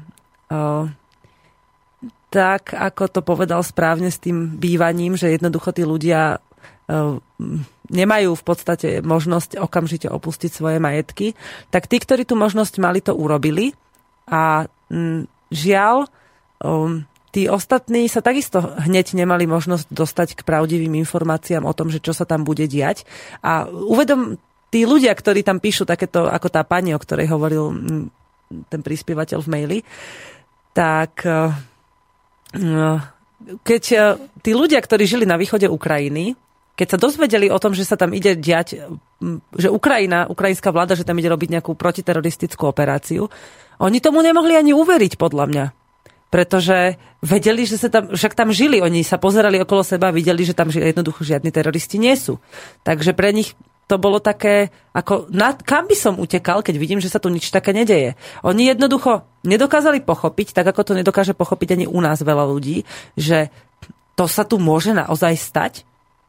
Speaker 2: tak, ako to povedal správne s tým bývaním, že jednoducho tí ľudia nemajú v podstate možnosť okamžite opustiť svoje majetky, tak tí, ktorí tú možnosť mali, to urobili. A žiaľ, tí ostatní sa takisto hneď nemali možnosť dostať k pravdivým informáciám o tom, že čo sa tam bude diať. A tí ľudia, ktorí tam píšu takéto, ako tá pani, o ktorej hovoril ten prispievateľ v maili, tak keď tí ľudia, ktorí žili na východe Ukrajiny, keď sa dozvedeli o tom, že sa tam ide diať, že ukrajinská vláda, že tam ide robiť nejakú protiteroristickú operáciu, oni tomu nemohli ani uveriť, podľa mňa. Pretože vedeli, že sa tam, však tam žili, oni sa pozerali okolo seba a videli, že tam jednoducho žiadni teroristi nie sú. Takže pre nich to bolo také, ako kam by som utekal, keď vidím, že sa tu nič také nedeje. Oni jednoducho nedokázali pochopiť, tak ako to nedokáže pochopiť ani u nás veľa ľudí, že to sa tu môže naozaj stať.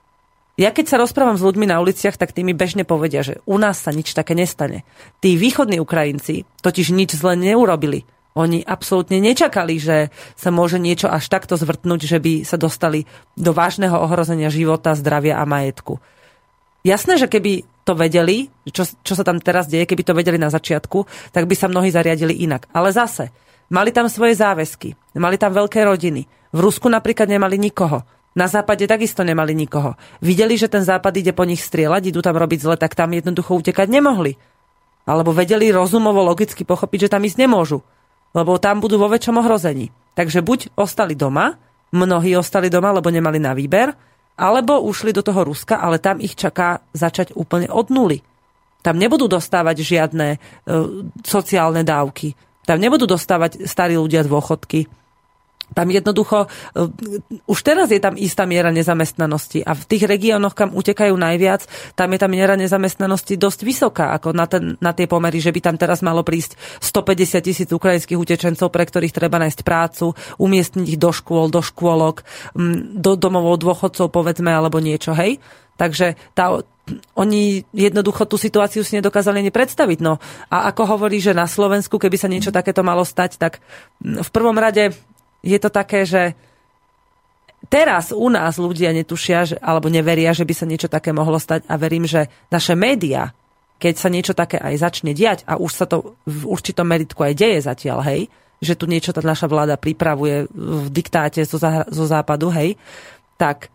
Speaker 2: Ja keď sa rozprávam s ľuďmi na uliciach, tak tí mi bežne povedia, že u nás sa nič také nestane. Tí východní Ukrajinci totiž nič zle neurobili. Oni absolútne nečakali, že sa môže niečo až takto zvrtnúť, že by sa dostali do vážneho ohrozenia života, zdravia a majetku. Jasné, že keby to vedeli, čo sa tam teraz deje, keby to vedeli na začiatku, tak by sa mnohí zariadili inak. Ale zase, mali tam svoje záväzky, mali tam veľké rodiny. V Rusku napríklad nemali nikoho. Na západe takisto nemali nikoho. Videli, že ten západ ide po nich strieľať, idú tam robiť zle, tak tam jednoducho utekať nemohli. Alebo vedeli rozumovo, logicky pochopiť, že tam ísť nemôžu. Lebo tam budú vo väčšom ohrození. Takže buď ostali doma, mnohí ostali doma, lebo nemali na výber, alebo ušli do toho Ruska, ale tam ich čaká začať úplne od nuly. Tam nebudú dostávať žiadne sociálne dávky. Tam nebudú dostávať starí ľudia dôchodky. Tam jednoducho, už teraz je tam istá miera nezamestnanosti a v tých regiónoch, kam utekajú najviac, tam je tá miera nezamestnanosti dosť vysoká, ako na tie pomery, že by tam teraz malo prísť 150 000 ukrajinských utečencov, pre ktorých treba nájsť prácu, umiestniť ich do škôl, do škôlok, do domovov dôchodcov, povedzme, alebo niečo, hej? Takže oni jednoducho tú situáciu si nedokázali ani predstaviť. No a ako hovorí, že na Slovensku, keby sa niečo takéto malo stať, tak v prvom rade je to také, že teraz u nás ľudia netušia, alebo neveria, že by sa niečo také mohlo stať a verím, že naše médiá, keď sa niečo také aj začne diať a už sa to v určitom meritku aj deje zatiaľ, hej, že tu niečo tá naša vláda pripravuje v diktáte zo západu, hej, tak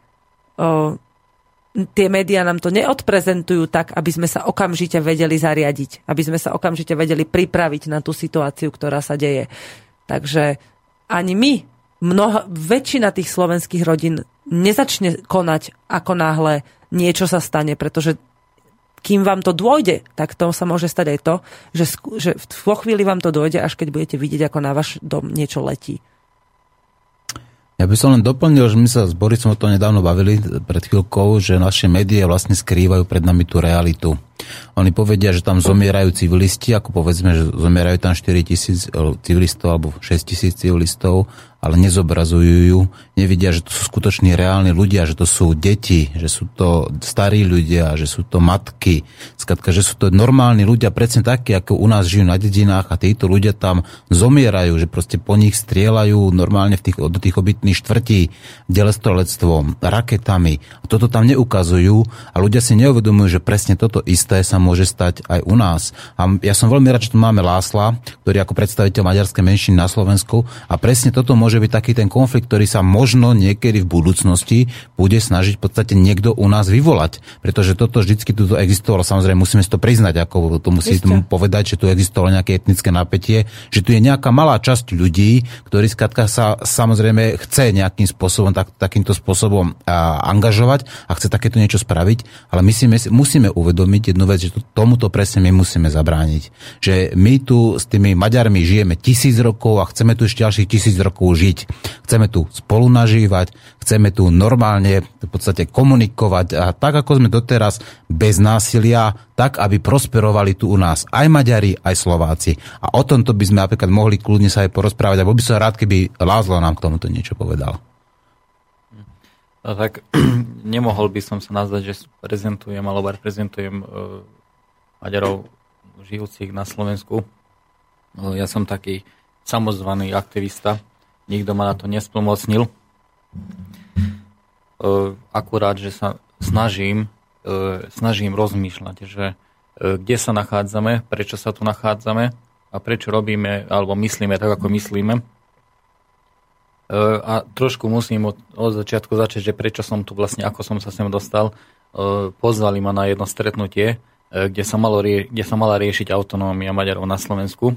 Speaker 2: tie médiá nám to neodprezentujú tak, aby sme sa okamžite vedeli zariadiť, aby sme sa okamžite vedeli pripraviť na tú situáciu, ktorá sa deje. Takže ani my, väčšina tých slovenských rodín nezačne konať, ako náhle niečo sa stane, pretože kým vám to dôjde, tak to sa môže stať aj to, že vo chvíli vám to dôjde, až keď budete vidieť, ako na váš dom niečo letí.
Speaker 4: Ja by som len doplnil, že my sa s Borisom o to nedávno bavili pred chvíľkou, že naše médiá vlastne skrývajú pred nami tú realitu. Oni povedia, že tam zomierajú civilisti, ako povedzme, že zomierajú tam 4 000 civilistov alebo 6 000 civilistov, ale nezobrazujú ju, nevidia, že to sú skutoční reálni ľudia, že to sú deti, že sú to starí ľudia, že sú to matky, skrátka, že sú to normálni ľudia, presne takí, ako u nás žijú na dedinách a títo ľudia tam zomierajú, že proste po nich strieľajú normálne do tých obytných štvrtí delostrelectvom, raketami. A toto tam neukazujú a ľudia si neuvedomujú, že presne toto isté sa môže stať aj u nás. A ja som veľmi rád, že tu máme Lásla, ktorý ako predstaviteľ maďarskej menšiny na Slovensku a presne toto môže byť taký ten konflikt, ktorý sa možno niekedy v budúcnosti bude snažiť v podstate niekto u nás vyvolať. Pretože toto vždycky tu existovalo. Samozrejme, musíme si to priznať, ako to musí tomu povedať, že tu existovalo nejaké etnické napätie, že tu je nejaká malá časť ľudí, ktorí skrátka sa samozrejme chce nejakým spôsobom, takýmto spôsobom angažovať a chce takéto niečo spraviť, ale musíme uvedomiť jednu vec, že tomuto presne my musíme zabrániť. Že my tu s tými Maďarmi žijeme 1000 rokov a chceme tu ešte ďalších 1000 rokov žiť. Chceme tu spolu nažívať, chceme tu normálne v podstate komunikovať a tak, ako sme doteraz, bez násilia, tak, aby prosperovali tu u nás aj Maďari, aj Slováci. A o tomto by sme napríklad mohli kľudne sa aj porozprávať a bol by som rád, keby Lázlo nám k tomuto niečo povedal.
Speaker 3: No tak nemohol by som sa nazvať, že reprezentujem Maďarov žijúcich na Slovensku. Ja som taký samozvaný aktivista. Nikto ma na to nesplnomocnil. Akurát, že sa snažím rozmýšľať, že kde sa nachádzame, prečo sa tu nachádzame a prečo robíme alebo myslíme tak, ako myslíme. A trošku musím od začiatku začať, že prečo som tu vlastne, ako som sa sem dostal. Pozvali ma na jedno stretnutie, kde sa mala riešiť autonómia Maďarov na Slovensku.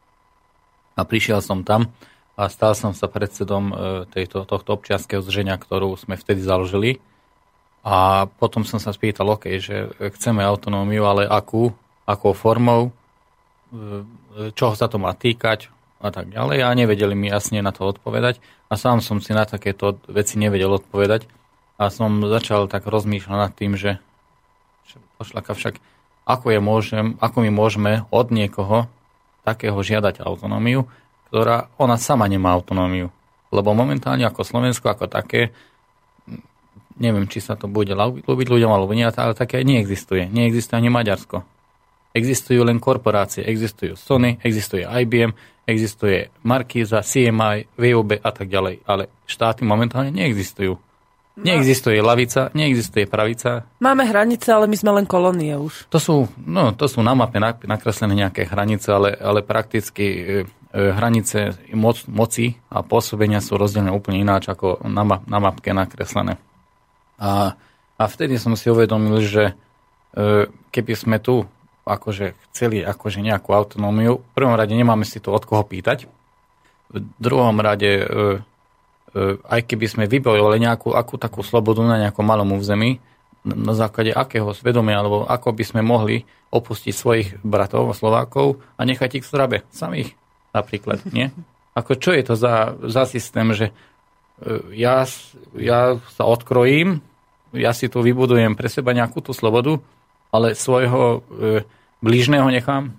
Speaker 3: A prišiel som tam a stal som sa predsedom tohto občianskeho združenia, ktorú sme vtedy založili. A potom som sa spýtal, že chceme autonómiu, ale akou formou, čoho sa to má týkať a tak ďalej. A nevedeli mi jasne na to odpovedať. A sám som si na takéto veci nevedel odpovedať. A som začal tak rozmýšľať nad tým, že však ako my môžeme od niekoho takého žiadať autonómiu, ktorá ona sama nemá autonómiu. Lebo momentálne ako Slovensko, ako také, neviem, či sa to bude ľúbiť ľuďom alebo nie, ale také neexistuje. Neexistuje ani Maďarsko. Existujú len korporácie. Existujú Sony, existuje IBM, existuje Markíza, CMI, VOB a tak ďalej. Ale štáty momentálne neexistujú. Neexistuje lavica, neexistuje pravica.
Speaker 2: Máme hranice, ale my sme len kolónie už.
Speaker 3: To sú na mape nakreslené nejaké hranice, ale prakticky hranice moci a pôsobenia sú rozdelené úplne ináč ako na mapke nakreslené. A vtedy som si uvedomil, že keby sme tu chceli nejakú autonómiu, v prvom rade nemáme si to od koho pýtať. V druhom rade aj keby sme vybojovali nejakú takú slobodu na nejakom malom území, na základe akého svedomia, alebo ako by sme mohli opustiť svojich bratov a Slovákov a nechať ich v zdrabe samých napríklad, nie? Čo je to za systém, že ja sa odkrojím, ja si tu vybudujem pre seba nejakú tú slobodu, ale svojho blížneho nechám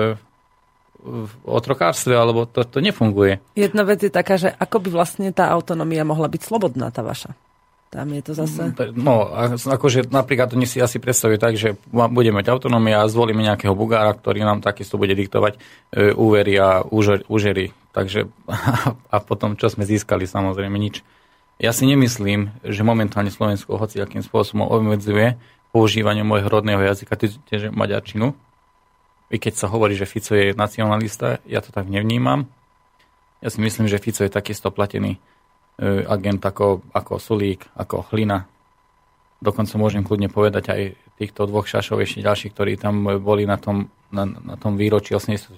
Speaker 3: v otrokárstve, alebo to nefunguje.
Speaker 2: Jedna vec je taká, že ako by vlastne tá autonómia mohla byť slobodná, tá vaša? Tam je to zase...
Speaker 3: Napríklad to si asi predstavujú tak, že budeme mať autonómia a zvolíme nejakého bugára, ktorý nám takisto bude diktovať úvery a úžery. Takže a potom, čo sme získali, samozrejme nič. Ja si nemyslím, že momentálne Slovensko hociakým spôsobom obmedzuje používanie môjho rodného jazyka, tiež maďarčinu. I keď sa hovorí, že Fico je nacionalista, ja to tak nevnímam. Ja si myslím, že Fico je takisto platený agent ako Sulík, ako Hlina. Dokonca môžem kľudne povedať aj týchto dvoch šašov, ešte ďalších, ktorí tam boli na tom výročí 89.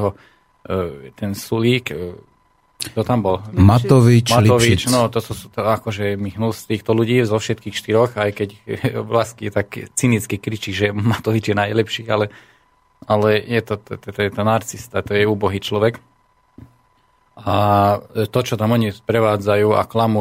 Speaker 3: Ten Sulík, kto tam bol?
Speaker 4: Matovič, Lipšic.
Speaker 3: No, to sú akože mi hnus z týchto ľudí zo všetkých štyroch, aj keď Vlasky tak cynicky kričí, že Matovič je najlepší, ale je to narcista, to je úbohý človek. A to, čo tam oni sprevádzajú a klamú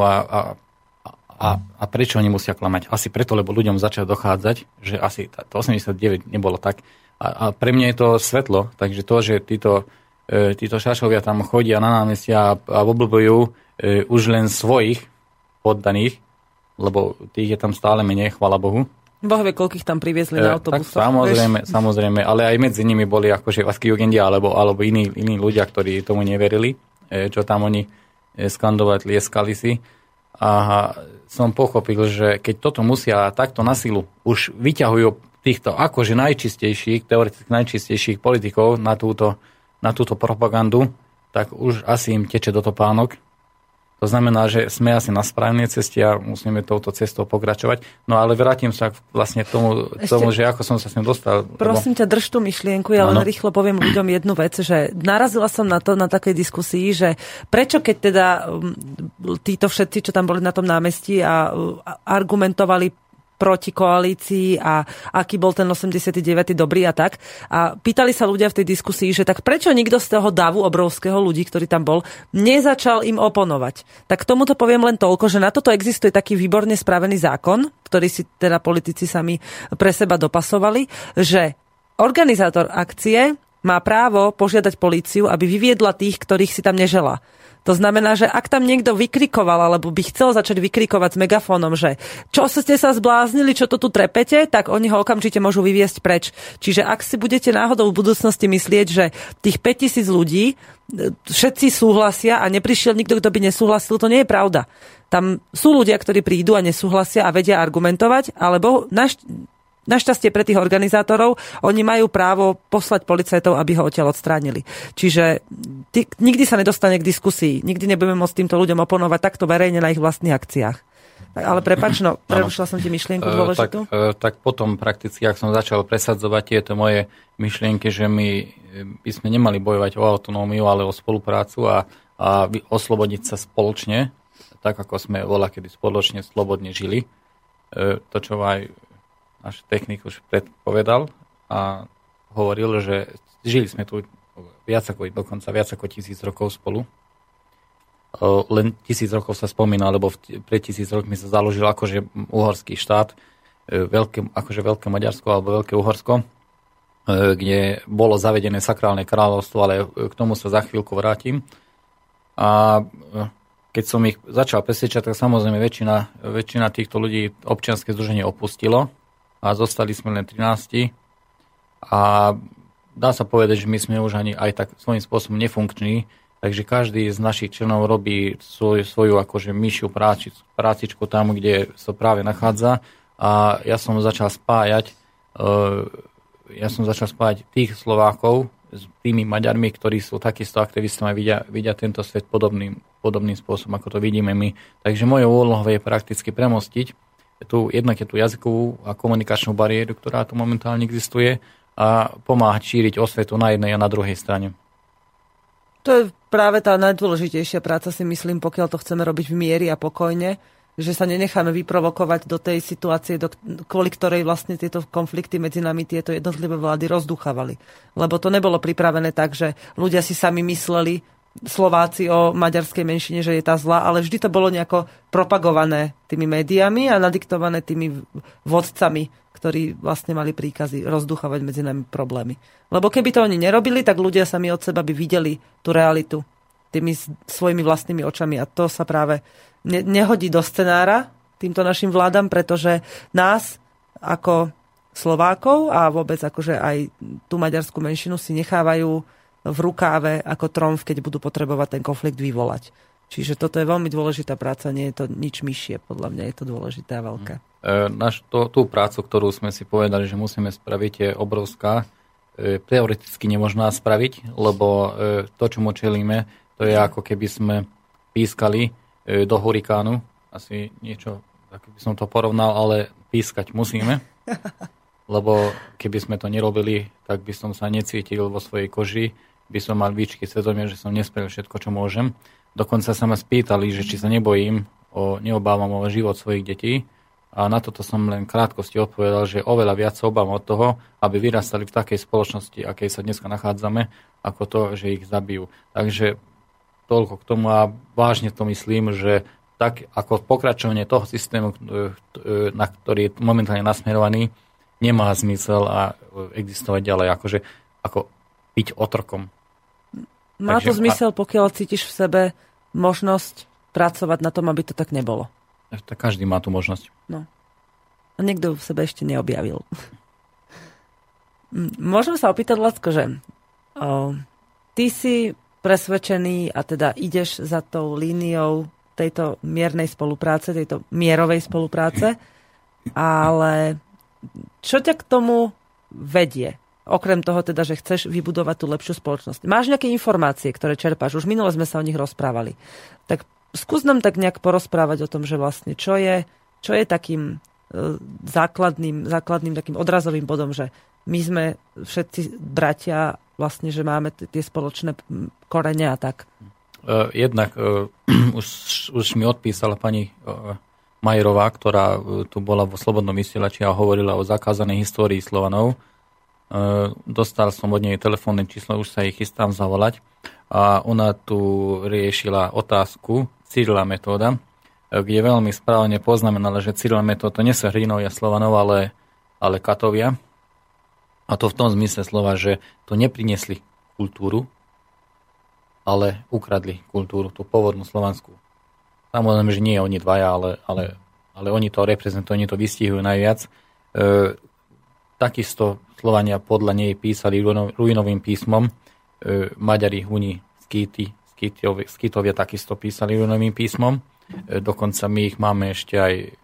Speaker 3: a prečo oni musia klamať? Asi preto, lebo ľuďom začalo dochádzať, že asi to 89 nebolo tak. A pre mňa je to svetlo, takže to, že títo šašovia tam chodia na námestia a oblbujú už len svojich poddaných, lebo tých je tam stále menej, chvála Bohu.
Speaker 2: Boh vie, koľkých tam priviezli na autobusoch.
Speaker 3: Tak samozrejme, ale aj medzi nimi boli akože vaskí jugendia alebo iní ľudia, ktorí tomu neverili, čo tam oni skandovať, lieskali si. A som pochopil, že keď toto musia takto na silu, už vyťahujú týchto akože najčistejších, teoreticky najčistejších politikov na túto propagandu, tak už asi im teče do topánok. To znamená, že sme asi na správnej ceste a musíme touto cestou pokračovať. No ale vrátim sa vlastne k tomu, že ako som sa s ním dostal.
Speaker 2: Prosím ťa, drž tú myšlienku, ja len rýchlo poviem ľuďom jednu vec, že narazila som na takej diskusii, že prečo keď teda títo všetci, čo tam boli na tom námestí a argumentovali proti koalícii a aký bol ten 89. dobrý a tak. A pýtali sa ľudia v tej diskusii, že tak prečo nikto z toho davu obrovského ľudí, ktorý tam bol, nezačal im oponovať. Tak k tomuto poviem len toľko, že na toto existuje taký výborne spravený zákon, ktorý si teda politici sami pre seba dopasovali, že organizátor akcie má právo požiadať políciu, aby vyviedla tých, ktorých si tam neželá. To znamená, že ak tam niekto vykrikoval, alebo by chcel začať vykrikovať s megafónom, že čo ste sa zbláznili, čo to tu trepete, tak oni ho okamžite môžu vyviesť preč. Čiže ak si budete náhodou v budúcnosti myslieť, že tých 5000 ľudí všetci súhlasia a neprišiel nikto, kto by nesúhlasil, to nie je pravda. Tam sú ľudia, ktorí prídu a nesúhlasia a vedia argumentovať, alebo našťastie pre tých organizátorov, oni majú právo poslať policajtov, aby ho odtiaľ odstránili. Čiže nikdy sa nedostane k diskusii. Nikdy nebudeme môcť týmto ľuďom oponovať takto verejne na ich vlastných akciách. Ale prepáč, prerušila som ti myšlienku dôležitú.
Speaker 3: Tak potom prakticky, ak som začal presadzovať tieto moje myšlienky, že my by sme nemali bojovať o autonómiu, ale o spoluprácu a oslobodiť sa spoločne, tak ako sme voľakedy spoločne slobodne žili. To, čo aj náš technik už predpovedal a hovoril, že žili sme tu dokonca viac ako 1000 rokov spolu. Len 1000 rokov sa spomína, lebo pred 1000 rokmi sa založil akože uhorský štát, veľké Maďarsko alebo veľké Uhorsko, kde bolo zavedené sakrálne kráľovstvo, ale k tomu sa za chvíľku vrátim. A keď som ich začal presvedčať, tak samozrejme väčšina týchto ľudí občianske združenie opustilo a zostali sme len 13. A dá sa povedať, že my sme už ani aj tak svojím spôsobom nefunkční, takže každý z našich členov robí svoju akože myšiu prácičku tam, kde sa práve nachádza. A ja som začal spájať tých Slovákov s tými Maďarmi, ktorí sú takisto aktivistom a vidia tento svet podobným spôsobom, ako to vidíme my. Takže mojou úlohou je prakticky premostiť jednak je tu jazykovú a komunikačnú bariéru, ktorá tu momentálne existuje a pomáhať šíriť osvetu na jednej a na druhej strane.
Speaker 2: To je práve tá najdôležitejšia práca, si myslím, pokiaľ to chceme robiť v miery a pokojne, že sa nenecháme vyprovokovať do tej situácie, kvôli ktorej vlastne tieto konflikty medzi nami tieto jednotlivé vlády rozduchávali. Lebo to nebolo pripravené tak, že ľudia si sami mysleli, Slováci o maďarskej menšine, že je tá zlá, ale vždy to bolo nejako propagované tými médiami a nadiktované tými vodcami, ktorí vlastne mali príkazy rozduchávať medzi nami problémy. Lebo keby to oni nerobili, tak ľudia sami od seba by videli tú realitu tými svojimi vlastnými očami a to sa práve nehodí do scenára týmto našim vládam, pretože nás ako Slovákov a vôbec akože aj tú maďarskú menšinu si nechávajú v rukáve ako tromf, keď budú potrebovať ten konflikt vyvolať. Čiže toto je veľmi dôležitá práca, nie je to nič myšie, podľa mňa je to dôležité a veľké.
Speaker 3: Tú prácu, ktorú sme si povedali, že musíme spraviť, je obrovská. Teoreticky nemožná spraviť, lebo to, čo mu čelíme, to je ako keby sme pískali do hurikánu. Asi niečo, tak by som to porovnal, ale pískať musíme. Lebo keby sme to nerobili, tak by som sa necítil vo svojej koži, by som mal výčky svedomia, že som nespravil všetko, čo môžem. Dokonca sa ma spýtali, že či sa neobávam o život svojich detí. A na toto som len krátkosti odpovedal, že oveľa viac sa obávam od toho, aby vyrastali v takej spoločnosti, akej sa dneska nachádzame, ako to, že ich zabijú. Takže toľko k tomu a vážne to myslím, že tak ako pokračovanie toho systému, na ktorý je momentálne nasmerovaný, nemá zmysel a existovať ďalej, ako byť otrokom.
Speaker 2: Má to zmysel, pokiaľ cítiš v sebe možnosť pracovať na tom, aby to tak nebolo.
Speaker 3: Tak každý má tú možnosť.
Speaker 2: No. A niekto v sebe ešte neobjavil. Môžem sa opýtať, Lacko, že ty si presvedčený a teda ideš za tou líniou tejto miernej spolupráce, tejto mierovej spolupráce, ale čo ťa k tomu vedie? Okrem toho teda, že chceš vybudovať tú lepšiu spoločnosť. Máš nejaké informácie, ktoré čerpáš? Už minule sme sa o nich rozprávali. Tak skús nám tak nejak porozprávať o tom, že vlastne čo je takým základným takým odrazovým bodom, že my sme všetci bratia, vlastne, že máme tie spoločné korene a tak.
Speaker 3: Jednak už mi odpísala pani Majerová, ktorá tu bola vo Slobodnom vysielači a hovorila o zakázanej histórii Slovanov. Dostal som od nej telefónne číslo, už sa ich chystám zavolať. A ona tu riešila otázku Cyrila Metóda, kde veľmi správne poznamenala, že Cyril Metód to nie sú hrdinovia Slovanov, ale katovia. A to v tom zmysle slova, že to nepriniesli kultúru, ale ukradli kultúru, tú pôvodnú slovanskú. Samozrejme, že nie oni dvaja, ale oni to reprezentujú, oni to vystihujú najviac. Takisto Slovania podľa nej písali ruinovým písmom, Maďari, Huni, Skýtovia takisto písali ruinovým písmom. Dokonca my ich máme ešte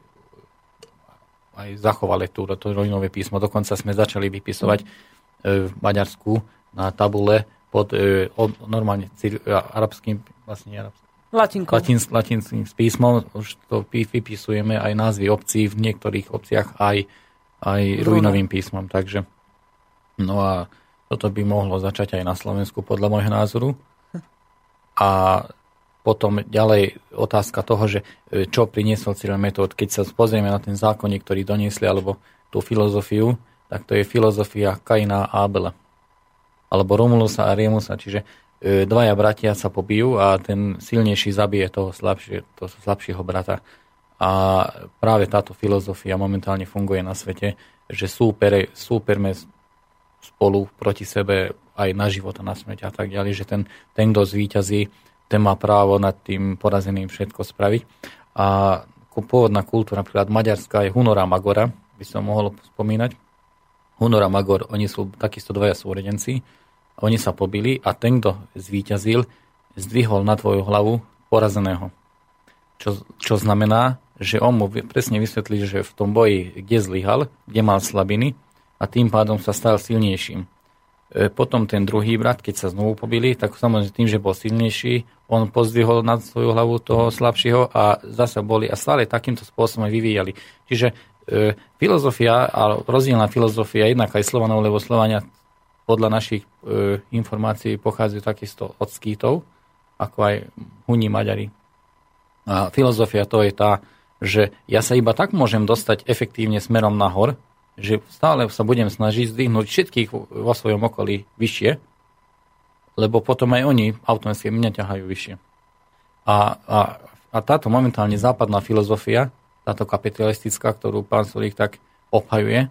Speaker 3: aj zachovali to ruinové písmo. Dokonca sme začali vypisovať v Maďarsku na tabule pod normálne arabským, latinským písmom. Už to vypisujeme aj názvy obcí, v niektorých obciach aj ruinovým písmom. Takže no a toto by mohlo začať aj na Slovensku podľa môjho názoru. A potom ďalej otázka toho, že čo priniesol Cyril Metód. Keď sa pozrieme na ten zákonník, ktorý doniesli, alebo tú filozofiu, tak to je filozofia Kaina a Abela. Alebo Romulusa a Remusa. Čiže dvaja bratia sa pobijú a ten silnejší zabije toho slabšieho brata. A práve táto filozofia momentálne funguje na svete, že súperme spolu proti sebe aj na život a na smrť a tak ďalej, že ten kto zvíťazí, ten má právo nad tým porazeným všetko spraviť. A pôvodná kultúra, napríklad maďarská, je Hunora Magora, by som mohol spomínať. Hunora Magor, oni sú takisto dvaja súrodenci, oni sa pobili a ten, kto zvíťazil, zdvihol na tvoju hlavu porazeného. Čo znamená, že on mu presne vysvetlí, že v tom boji, kde zlyhal, kde mal slabiny, a tým pádom sa stal silnejším. Potom ten druhý brat, keď sa znovu pobili, tak samozrejme tým, že bol silnejší, on pozdvihol nad svoju hlavu toho slabšieho a zase boli a stále takýmto spôsobom vyvíjali. Čiže filozofia a rozdielna filozofia, jednak aj Slovanov, lebo Slovania podľa našich informácií pochádzajú takisto od Skýtov, ako aj Huni, Maďari. A filozofia to je tá, že ja sa iba tak môžem dostať efektívne smerom nahor, že stále sa budem snažiť zdvihnúť všetkých vo svojom okolí vyššie, lebo potom aj oni automaticky mňa ťahajú vyššie. A táto momentálne západná filozofia, táto kapitalistická, ktorú pán Sulík tak obhajuje,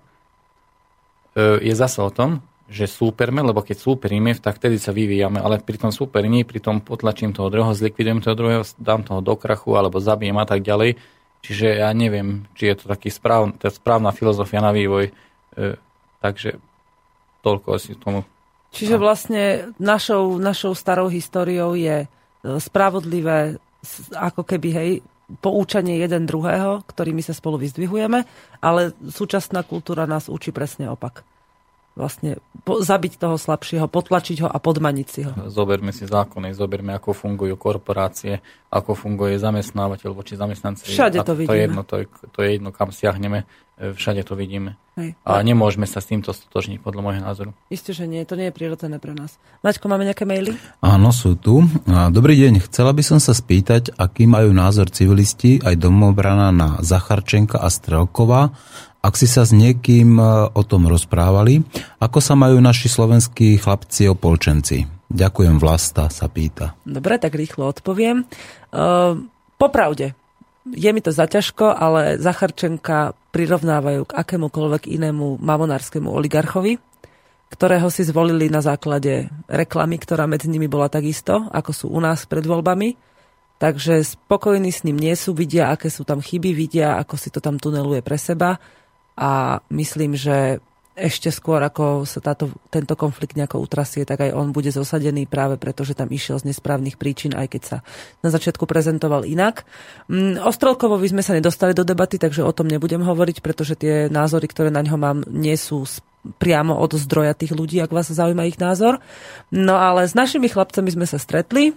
Speaker 3: je zase o tom, že súperme, lebo keď súperíme, tak vtedy sa vyvíjame, ale pri tom súperení, pri tom potlačím toho druhého, zlikvidujem toho druhého, dám toho do krachu, alebo zabijem a tak ďalej. Čiže ja neviem, či je to taký správna filozofia na vývoj. Takže toľko asi tomu.
Speaker 2: Čiže vlastne našou starou históriou je spravodlivé, ako keby, hej, poučanie jeden druhého, ktorými sa spolu vyzdvihujeme, ale súčasná kultúra nás učí presne opak. Vlastne zabiť toho slabšieho, potlačiť ho a podmaniť si ho.
Speaker 3: Zoberme si zákony, zoberme, ako fungujú korporácie, ako funguje zamestnávateľ voči zamestnanci.
Speaker 2: Všade to vidíme.
Speaker 3: To je jedno, kam siahneme, všade to vidíme.
Speaker 2: Hej.
Speaker 3: A nemôžeme sa s týmto stotožniť, podľa môjho názoru.
Speaker 2: Isté, že nie, to nie je prirodzené pre nás. Maťko, máme nejaké maily?
Speaker 4: Áno, sú tu. Dobrý deň, chcela by som sa spýtať, aký majú názor civilisti aj domobrana na Zacharčenka a Strelková. Ak si sa s niekým o tom rozprávali, ako sa majú naši slovenskí chlapci opolčenci? Ďakujem, Vlasta, sa pýta.
Speaker 2: Dobre, tak rýchlo odpoviem. Popravde, je mi to zaťažko, ale Zacharčenka prirovnávajú k akémukoľvek inému mamonárskému oligarchovi, ktorého si zvolili na základe reklamy, ktorá medzi nimi bola takisto, ako sú u nás pred voľbami. Takže spokojní s ním nie sú, vidia, aké sú tam chyby, vidia, ako si to tam tuneluje pre seba. A myslím, že ešte skôr, ako sa tento konflikt nejako utrasie, tak aj on bude zosadený práve preto, že tam išiel z nesprávnych príčin, aj keď sa na začiatku prezentoval inak. O Strelkovovi sme sa nedostali do debaty, takže o tom nebudem hovoriť, pretože tie názory, ktoré na ňo mám, nie sú priamo od zdroja tých ľudí, ak vás zaujíma ich názor. No ale s našimi chlapcami sme sa stretli.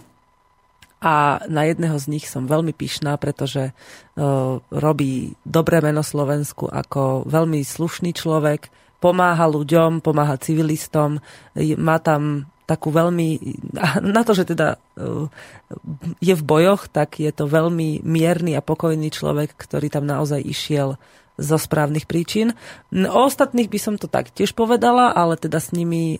Speaker 2: A na jedného z nich som veľmi pyšná, pretože robí dobré meno Slovensku ako veľmi slušný človek, pomáha ľuďom, pomáha civilistom, má tam takú veľmi, na to, že teda je v bojoch, tak je to veľmi mierny a pokojný človek, ktorý tam naozaj išiel zo správnych príčin. O ostatných by som to tak tiež povedala, ale teda s nimi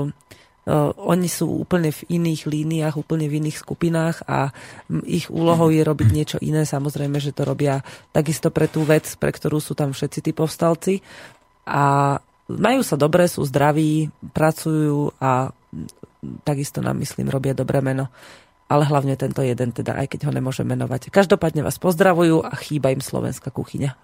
Speaker 2: oni sú úplne v iných líniách, úplne v iných skupinách a ich úlohou je robiť niečo iné. Samozrejme, že to robia takisto pre tú vec, pre ktorú sú tam všetci tí povstalci. A majú sa dobre, sú zdraví, pracujú a takisto nám, myslím, robia dobré meno. Ale hlavne tento jeden, teda aj keď ho nemôžem menovať. Každopádne vás pozdravujú a chýba im slovenská kuchyňa.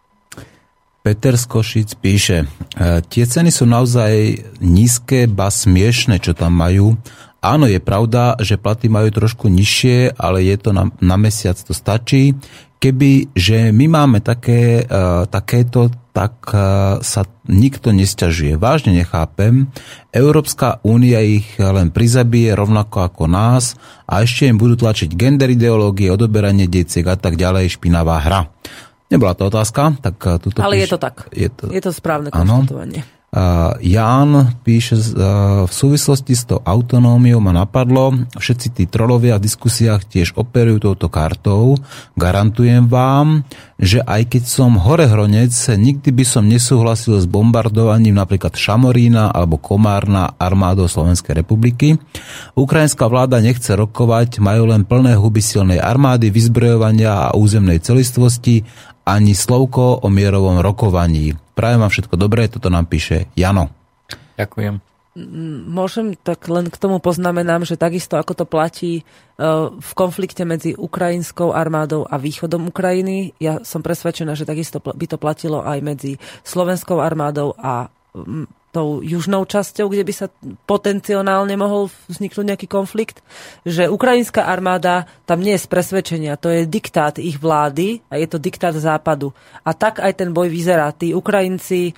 Speaker 4: Peter z Košic píše, tie ceny sú naozaj nízke, ba smiešne, čo tam majú. Áno, je pravda, že platy majú trošku nižšie, ale je to na mesiac, to stačí. Keby, že my máme takéto, tak sa nikto nesťažuje. Vážne nechápem. Európska únia ich len prizabije rovnako ako nás a ešte im budú tlačiť gender ideológie, odoberanie detiek a tak ďalej, špinavá hra. Nebola to otázka, tak tuto
Speaker 2: ale je to tak. Je to správne konštatovanie.
Speaker 4: Ján píše, v súvislosti s tou autonómiou ma napadlo, všetci tí trolovia v diskusiách tiež operujú touto kartou. Garantujem vám, že aj keď som horehronec, nikdy by som nesúhlasil s bombardovaním napríklad Šamorína alebo Komárna armádou Slovenskej republiky. Ukrajinská vláda nechce rokovať, majú len plné huby silnej armády, vyzbrojovania a územnej celistvosti, ani slovko o mierovom rokovaní. Prajem vám všetko dobré, toto nám píše Jano.
Speaker 3: Ďakujem.
Speaker 2: Môžem, tak len k tomu poznamenám, že takisto ako to platí v konflikte medzi ukrajinskou armádou a východom Ukrajiny, ja som presvedčená, že takisto by to platilo aj medzi slovenskou armádou a tou južnou časťou, kde by sa potenciálne mohol vzniknúť nejaký konflikt, že ukrajinská armáda tam nie je z presvedčenia, to je diktát ich vlády a je to diktát západu. A tak aj ten boj vyzerá. Tí Ukrajinci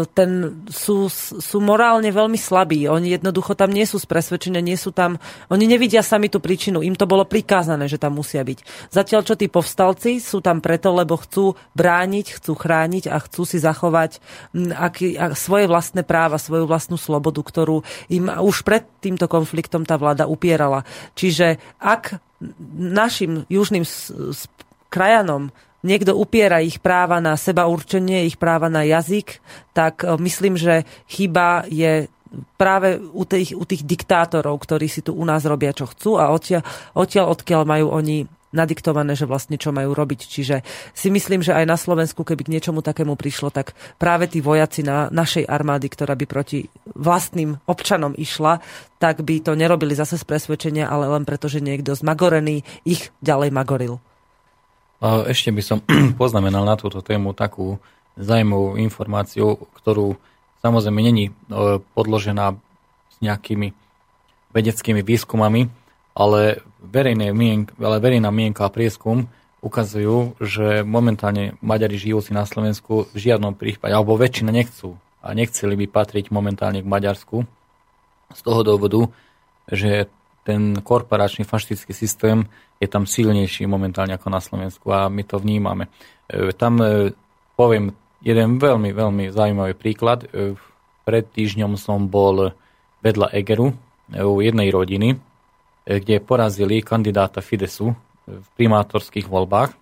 Speaker 2: sú morálne veľmi slabí. Oni jednoducho tam nie sú z presvedčenia, nie sú tam, oni nevidia sami tú príčinu. Im to bolo prikázané, že tam musia byť. Zatiaľ, čo tí povstalci sú tam preto, lebo chcú brániť, chcú chrániť a chcú si zachovať svoje vlastné práva, svoju vlastnú slobodu, ktorú im už pred týmto konfliktom tá vláda upierala. Čiže ak našim južným krajanom niekto upiera ich práva na sebaurčenie, ich práva na jazyk, tak myslím, že chyba je práve u tých diktátorov, ktorí si tu u nás robia, čo chcú a odkiaľ majú oni nadiktované, že vlastne čo majú robiť. Čiže si myslím, že aj na Slovensku, keby k niečomu takému prišlo, tak práve tí vojaci našej armády, ktorá by proti vlastným občanom išla, tak by to nerobili zase z presvedčenia, ale len preto, že niekto zmagorený ich ďalej magoril.
Speaker 3: Ešte by som poznamenal na túto tému takú zaujímavú informáciu, ktorú samozrejme není podložená s nejakými vedeckými výskumami, ale verejná mienka a prieskum ukazujú, že momentálne Maďari žijúci na Slovensku v žiadnom prípade, alebo väčšina nechcú a nechceli by patriť momentálne k Maďarsku z toho dôvodu, že ten korporačný fašistický systém je tam silnejší momentálne ako na Slovensku a my to vnímame. Tam poviem jeden veľmi, veľmi zaujímavý príklad. Pred týždňom som bol vedľa Egeru u jednej rodiny, kde porazili kandidáta Fidesu v primátorských voľbách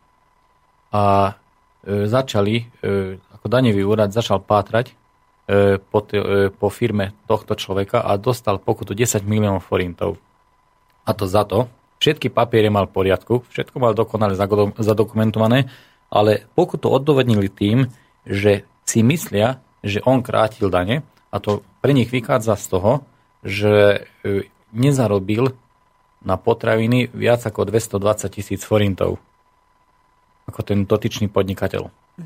Speaker 3: a začali, ako daňový úrad začal pátrať po firme tohto človeka a dostal pokutu 10 miliónov forintov. A to za to, všetky papiere mal v poriadku, všetko mal dokonale zadokumentované, ale pokutu odôvodnili tým, že si myslia, že on krátil dane a to pre nich vychádza z toho, že nezarobil na potraviny viac ako 220 000 forintov. Ako ten dotyčný podnikateľ.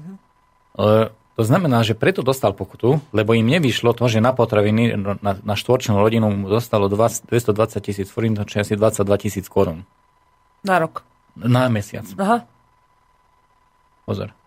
Speaker 3: To znamená, že preto dostal pokutu, lebo im nevyšlo to, že na potraviny na štvorčnú rodinu mu dostalo 220 000 forintov, či asi 22 000 korún.
Speaker 2: Na rok?
Speaker 3: Na mesiac.
Speaker 2: Aha.
Speaker 3: Pozor.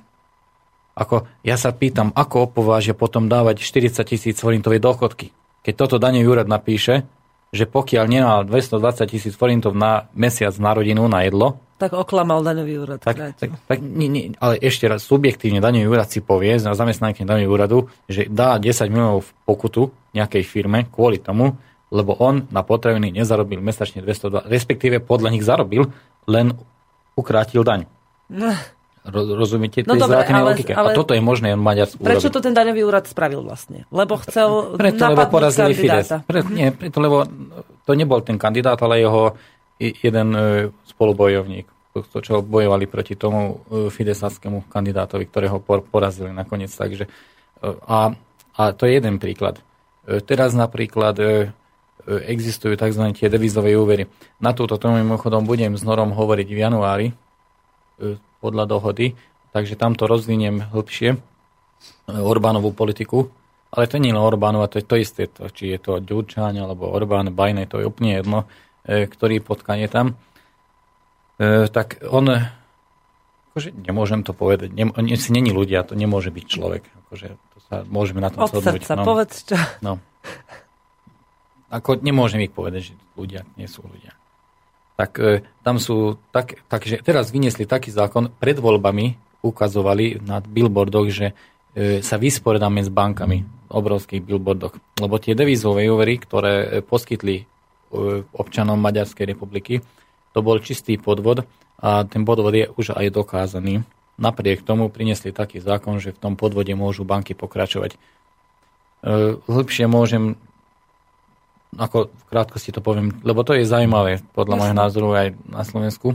Speaker 3: Ako, ja sa pýtam, ako opovážia potom dávať 40 000 forintové dôchodky? Keď toto daňový úrad napíše, že pokiaľ nemal 220 000 forintov na mesiac na rodinu, na jedlo,
Speaker 2: tak oklamal daňový úrad.
Speaker 3: Nie, ale ešte raz, subjektívne daňový úrad si povie, na zamestnankyne daňového úradu, že dá 10 miliónov pokutu nejakej firme kvôli tomu, lebo on na potraviny nezarobil mesačne 202, respektíve podľa nich zarobil, len ukrátil daň. Rozumiete?
Speaker 2: No dobre, ale
Speaker 3: a toto je možné v Maďarsku.
Speaker 2: Prečo to ten daňový úrad spravil vlastne? Lebo chcel
Speaker 3: lebo porazili
Speaker 2: kandidáta.
Speaker 3: Fides. Lebo to nebol ten kandidát, ale jeho jeden spolubojovník, čo bojovali proti tomu fidesovskému kandidátovi, ktorého porazili nakoniec. Takže, a to je jeden príklad. Teraz napríklad existujú tzv. Tie devizové úvery. Na túto tomu mimochodom budem s Norom hovoriť v januári podľa dohody, takže tam to rozviniem hĺbšie, Orbánovú politiku, ale to nie je Orbánova, to je to isté, či je to Ďurčáň, alebo Orbán, Bajnej, to je úplne jedno, ktorý potkanie tam, tak on, akože nemôžem to povedať, on si není ľudia, to nemôže byť človek, akože to sa môžeme na tom shodnúť.
Speaker 2: Od srdca, povedz čo.
Speaker 3: No. Ako nemôžem ich povedať, že ľudia nie sú ľudia. Tak tam sú, takže teraz vyniesli taký zákon, pred voľbami ukazovali na billboardoch, že sa vysporiadáme s bankami, obrovských billboardoch, lebo tie devízové úvery, ktoré poskytli občanom Maďarskej republiky, to bol čistý podvod a ten podvod je už aj dokázaný. Napriek tomu priniesli taký zákon, že v tom podvode môžu banky pokračovať. Hĺbšie môžem, ako v krátkosti to poviem, lebo to je zaujímavé podľa môjho názoru aj na Slovensku,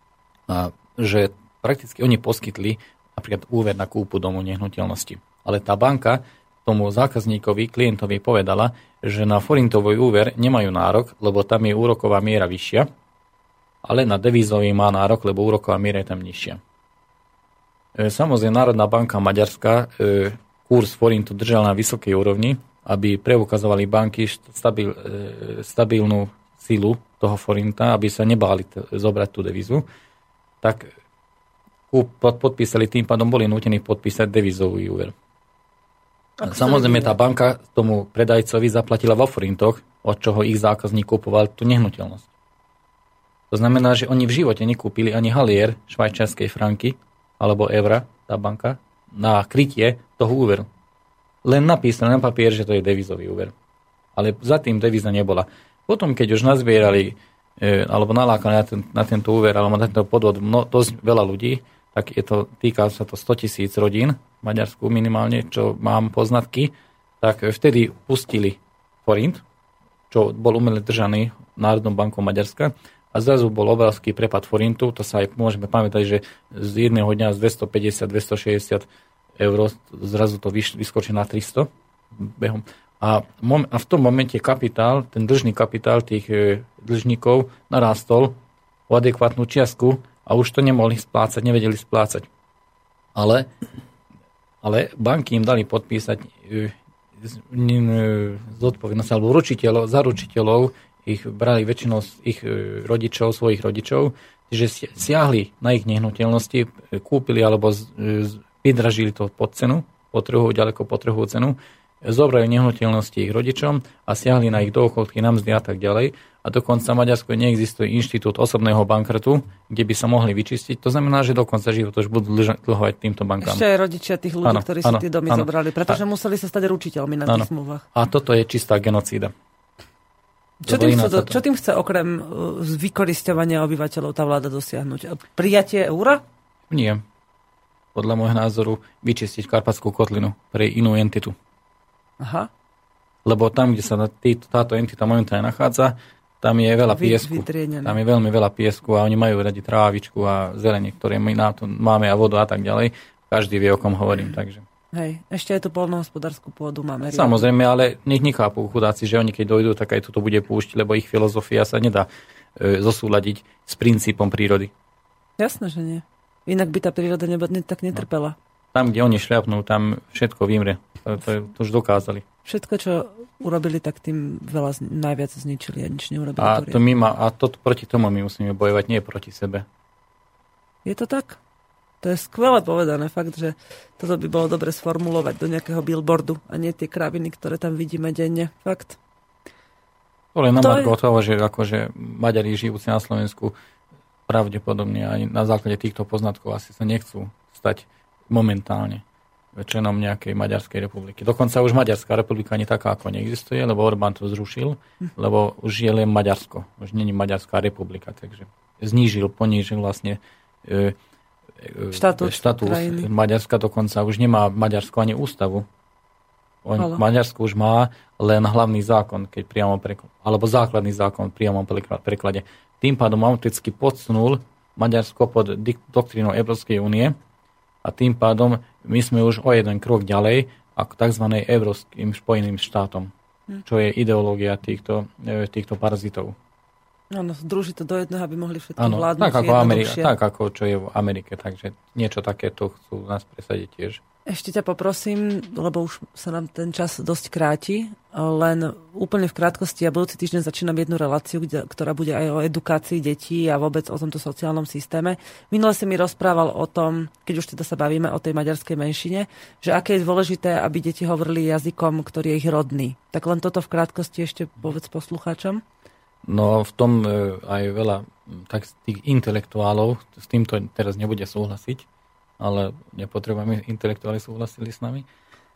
Speaker 3: že prakticky oni poskytli napríklad úver na kúpu domu nehnuteľnosti. Ale tá banka tomu zákazníkovi, klientovi povedala, že na forintový úver nemajú nárok, lebo tam je úroková miera vyššia, ale na devízový má nárok, lebo úroková miera je tam nižšia. Samozrejme, Národná banka Maďarska kurz forintu držala na vysokej úrovni, aby preukazovali banky stabilnú silu toho forinta, aby sa nebáli zobrať tú devízu, tak podpísali, tým pádom boli nútení podpísať devizový úver. Samozrejme, tá banka tomu predajcovi zaplatila vo forintoch, od čoho ich zákazník kupoval tú nehnuteľnosť. To znamená, že oni v živote nekúpili ani halier švajčiarskej franky alebo eura, tá banka, na krytie toho úveru. Len napísali na papier, že to je devizový úver. Ale za tým devíza nebola. Potom, keď už nazbierali alebo nalákali na tento úver alebo na tento podvod dosť veľa ľudí, tak týka sa to 100 000 rodín v Maďarsku minimálne, čo mám poznatky, tak vtedy pustili forint, čo bol umele držaný Národnou bankou Maďarska, a zrazu bol obrovský prepad forintu, to sa aj môžeme pamätať, že z jedného dňa z 250-260 eur zrazu to vyskočí na 300 behom. A v tom momente kapitál, ten dlžný kapitál tých dlžníkov narástol o adekvátnu čiastku a už to nemohli splácať, nevedeli splácať. Ale banky im dali podpísať zodpovednosť alebo zaručiteľov, ich brali väčšinou ich rodičov, svojich rodičov, že siahli na ich nehnuteľnosti, kúpili alebo vydražili to pod cenu, ďaleko pod trhovú cenu, zobrali nehnuteľnosti ich rodičom a siahli na ich dôchodky, na mzdy a tak ďalej. A dokonca v Maďarsku neexistuje inštitút osobného bankrotu, kde by sa mohli vyčistiť. To znamená, že do konca života už budú dlhovať týmto bankám.
Speaker 2: Ešte aj rodičia tých ľudí, ktorí si tie domy zobrali, pretože museli sa stať ručiteľmi na tých zmluvách. A
Speaker 3: toto je čistá genocída.
Speaker 2: Čo tým chce okrem vykorisťovania obyvateľov tá vláda dosiahnuť? Prijatie eura?
Speaker 3: Nie. Podľa môjho názoru vyčistiť Karpatskú kotlinu pre inú entitu.
Speaker 2: Aha.
Speaker 3: Lebo tam, kde sa táto entita momentálne nachádza, tam je veľa piesku. Tam je veľmi veľa piesku a oni majú radi trávičku a zelenie, ktoré my na to máme a vodu a tak ďalej. Každý vie, o kom hovorím. Takže.
Speaker 2: Hej, ešte aj tú poľnohospodárskú pôdu máme.
Speaker 3: Samozrejme, ale nech nechápu chudáci, že oni keď dojdú, tak aj toto bude púšť, lebo ich filozofia sa nedá zosúladiť s princípom prírody.
Speaker 2: Jasné, že nie. Inak by tá príroda tak netrpela.
Speaker 3: Tam, kde oni šľapnú, tam všetko vymre. To už dokázali.
Speaker 2: Všetko, čo urobili, tak tým najviac zničili a nič neurobili.
Speaker 3: A proti tomu my musíme bojovať, nie proti sebe.
Speaker 2: Je to tak? To je skvelé povedané. Fakt, že toto by bolo dobre sformulovať do nejakého billboardu a nie tie kraviny, ktoré tam vidíme denne. Fakt.
Speaker 3: To len na margo toho, že akože Maďari žijúci na Slovensku pravdepodobne aj na základe týchto poznatkov asi sa nechcú stať momentálne členom nejakej Maďarskej republiky. Dokonca už Maďarská republika ani taká ako neexistuje, lebo Orbán to zrušil, lebo už je len Maďarsko. Už nie je Maďarská republika, takže ponížil vlastne štatút Maďarska, dokonca už nemá Maďarsko ani ústavu. Maďarsko už má len hlavný zákon, keď priamo alebo základný zákon v priamom preklade. Tým pádom automaticky podsunul Maďarsko pod doktrínou Európskej únie a tým pádom my sme už o jeden krok ďalej ako tzv. Európskym spojeným štátom, čo je ideológia týchto parazitov.
Speaker 2: Áno, združí to do jedného, aby mohli všetky vládnuť
Speaker 3: tak ako čo je v Amerike, takže niečo takéto chcú nás presadiť tiež.
Speaker 2: Ešte ťa poprosím, lebo už sa nám ten čas dosť kráti, len úplne v krátkosti, ja budúci týždeň začínam jednu reláciu, ktorá bude aj o edukácii detí a vôbec o tomto sociálnom systéme. Minule si mi rozprával o tom, keď už teda sa bavíme o tej maďarskej menšine, že aké je dôležité, aby deti hovorili jazykom, ktorý je ich rodný. Tak len toto v krátkosti ešte povedz poslucháčom.
Speaker 3: No v tom aj veľa tak tých intelektuálov s týmto teraz nebude súhlasiť, ale nepotrebujeme intelektuáli súhlasili s nami.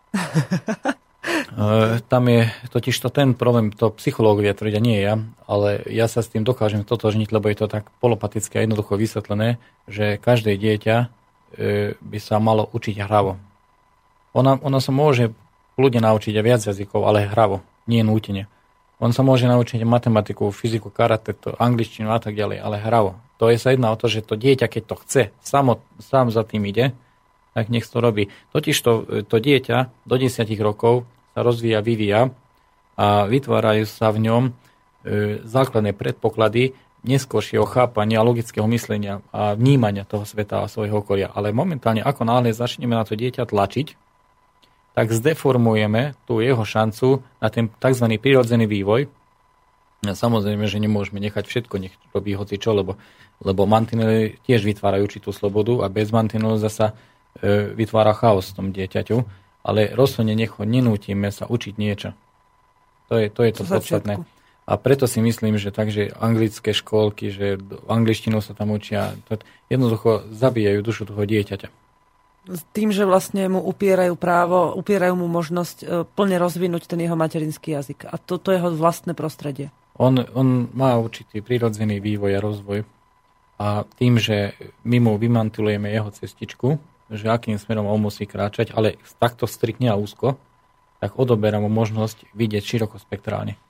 Speaker 3: Tam je totiž to ten problém, to psychológovia tvrdia, nie ja, ale ja sa s tým dokážem totožniť, lebo je to tak polopatické a jednoducho vysvetlené, že každé dieťa by sa malo učiť hravo. Ono sa môže ľudia naučiť aj viac jazykov, ale hravo, nie nútene. On sa môže naučiť matematiku, fyziku, karate, angličtinu a tak ďalej, ale hravo. To je sa jedná o to, že to dieťa, keď to chce, sám za tým ide, tak nech to robí. Totiž to dieťa do 10 rokov sa rozvíja, vyvíja a vytvárajú sa v ňom základné predpoklady neskôršieho chápania, logického myslenia a vnímania toho sveta a svojho okolia. Ale momentálne, ako náhle začneme na to dieťa tlačiť, tak zdeformujeme tú jeho šancu na ten tzv. Prirodzený vývoj. Samozrejme, že nemôžeme nechať všetko, nech robí hocičo, lebo mantinely tiež vytvárajú určitú slobodu a bez mantinelu zasa vytvára chaos v tom dieťaťu, ale rozhodne nenútime sa učiť niečo. To je to podstatné. A preto si myslím, že takže anglické škôlky, že angličtinu sa tam učia, jednoducho zabíjajú dušu toho dieťaťa.
Speaker 2: S tým, že vlastne mu upierajú mu možnosť plne rozvinúť ten jeho materinský jazyk. A toto je jeho vlastné prostredie.
Speaker 3: On má určitý prirodzený vývoj a rozvoj. A tým, že my mu vymantilujeme jeho cestičku, že akým smerom on musí kráčať, ale takto striktne a úzko, tak odoberá mu možnosť vidieť širokospektrálne.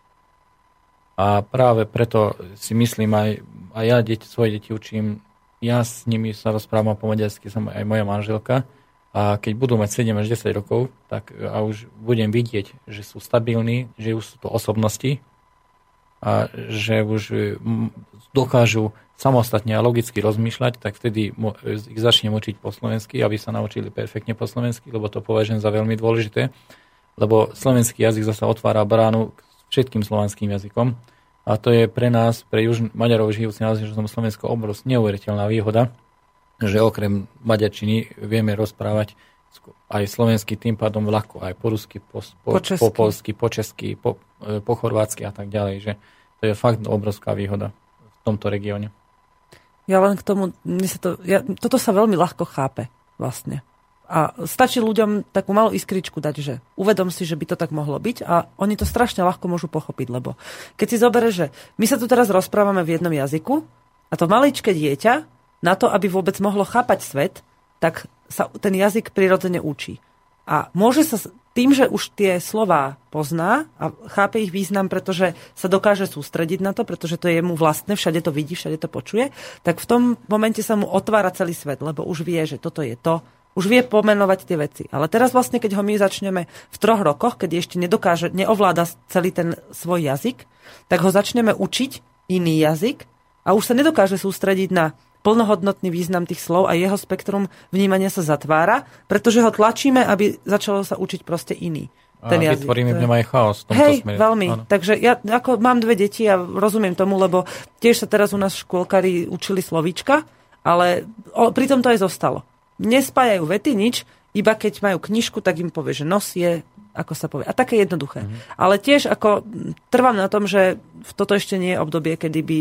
Speaker 3: A práve preto si myslím, aj ja svoje deti učím, ja s nimi sa rozprávam po maďarsky, som aj moja manželka, a keď budú mať 7 až 10 rokov, tak a už budem vidieť, že sú stabilní, že už sú to osobnosti a že už dokážu samostatne a logicky rozmýšľať, tak vtedy ich začnem učiť po slovensky, aby sa naučili perfektne po slovensky, lebo to považujem za veľmi dôležité, lebo slovenský jazyk zasa otvára bránu k všetkým slovanským jazykom. A to je pre nás, pre Maďarov žijúci na Slovensku, obrovská neuveriteľná výhoda, že okrem maďarčiny vieme rozprávať aj slovensky, tým pádom ľahko, aj po rusky, po polsky, po česky, po chorvátsky a tak ďalej. Že to je fakt obrovská výhoda v tomto regióne.
Speaker 2: Ja len k tomu, toto sa veľmi ľahko chápe vlastne. A stačí ľuďom takú malú iskričku dať, že uvedom si, že by to tak mohlo byť a oni to strašne ľahko môžu pochopiť, lebo keď si zoberieš, že my sa tu teraz rozprávame v jednom jazyku a to maličké dieťa na to, aby vôbec mohlo chápať svet, tak sa ten jazyk prirodzene učí. A môže sa tým, že už tie slová pozná a chápe ich význam, pretože sa dokáže sústrediť na to, pretože to je mu vlastné, všade to vidí, všade to počuje, tak v tom momente sa mu otvára celý svet, lebo už vie, že toto je to, už vie pomenovať tie veci. Ale teraz vlastne, keď ho my začneme v 3 rokoch, keď ešte neovláda celý ten svoj jazyk, tak ho začneme učiť iný jazyk a už sa nedokáže sústrediť na plnohodnotný význam tých slov a jeho spektrum vnímania sa zatvára, pretože ho tlačíme, aby začalo sa učiť proste iný. Ten jazyk.
Speaker 3: Vytvoríme v ňom aj chaos v tomto smere.
Speaker 2: Veľmi. Áno. Takže ja ako mám 2 deti a rozumiem tomu, lebo tiež sa teraz u nás škôlkari učili slovíčka, ale pritom to aj zostalo. Nespájajú vety, nič, iba keď majú knižku, tak im povie, že nos je, ako sa povie. A také jednoduché. Ale tiež ako trvám na tom, že toto ešte nie je obdobie, kedy by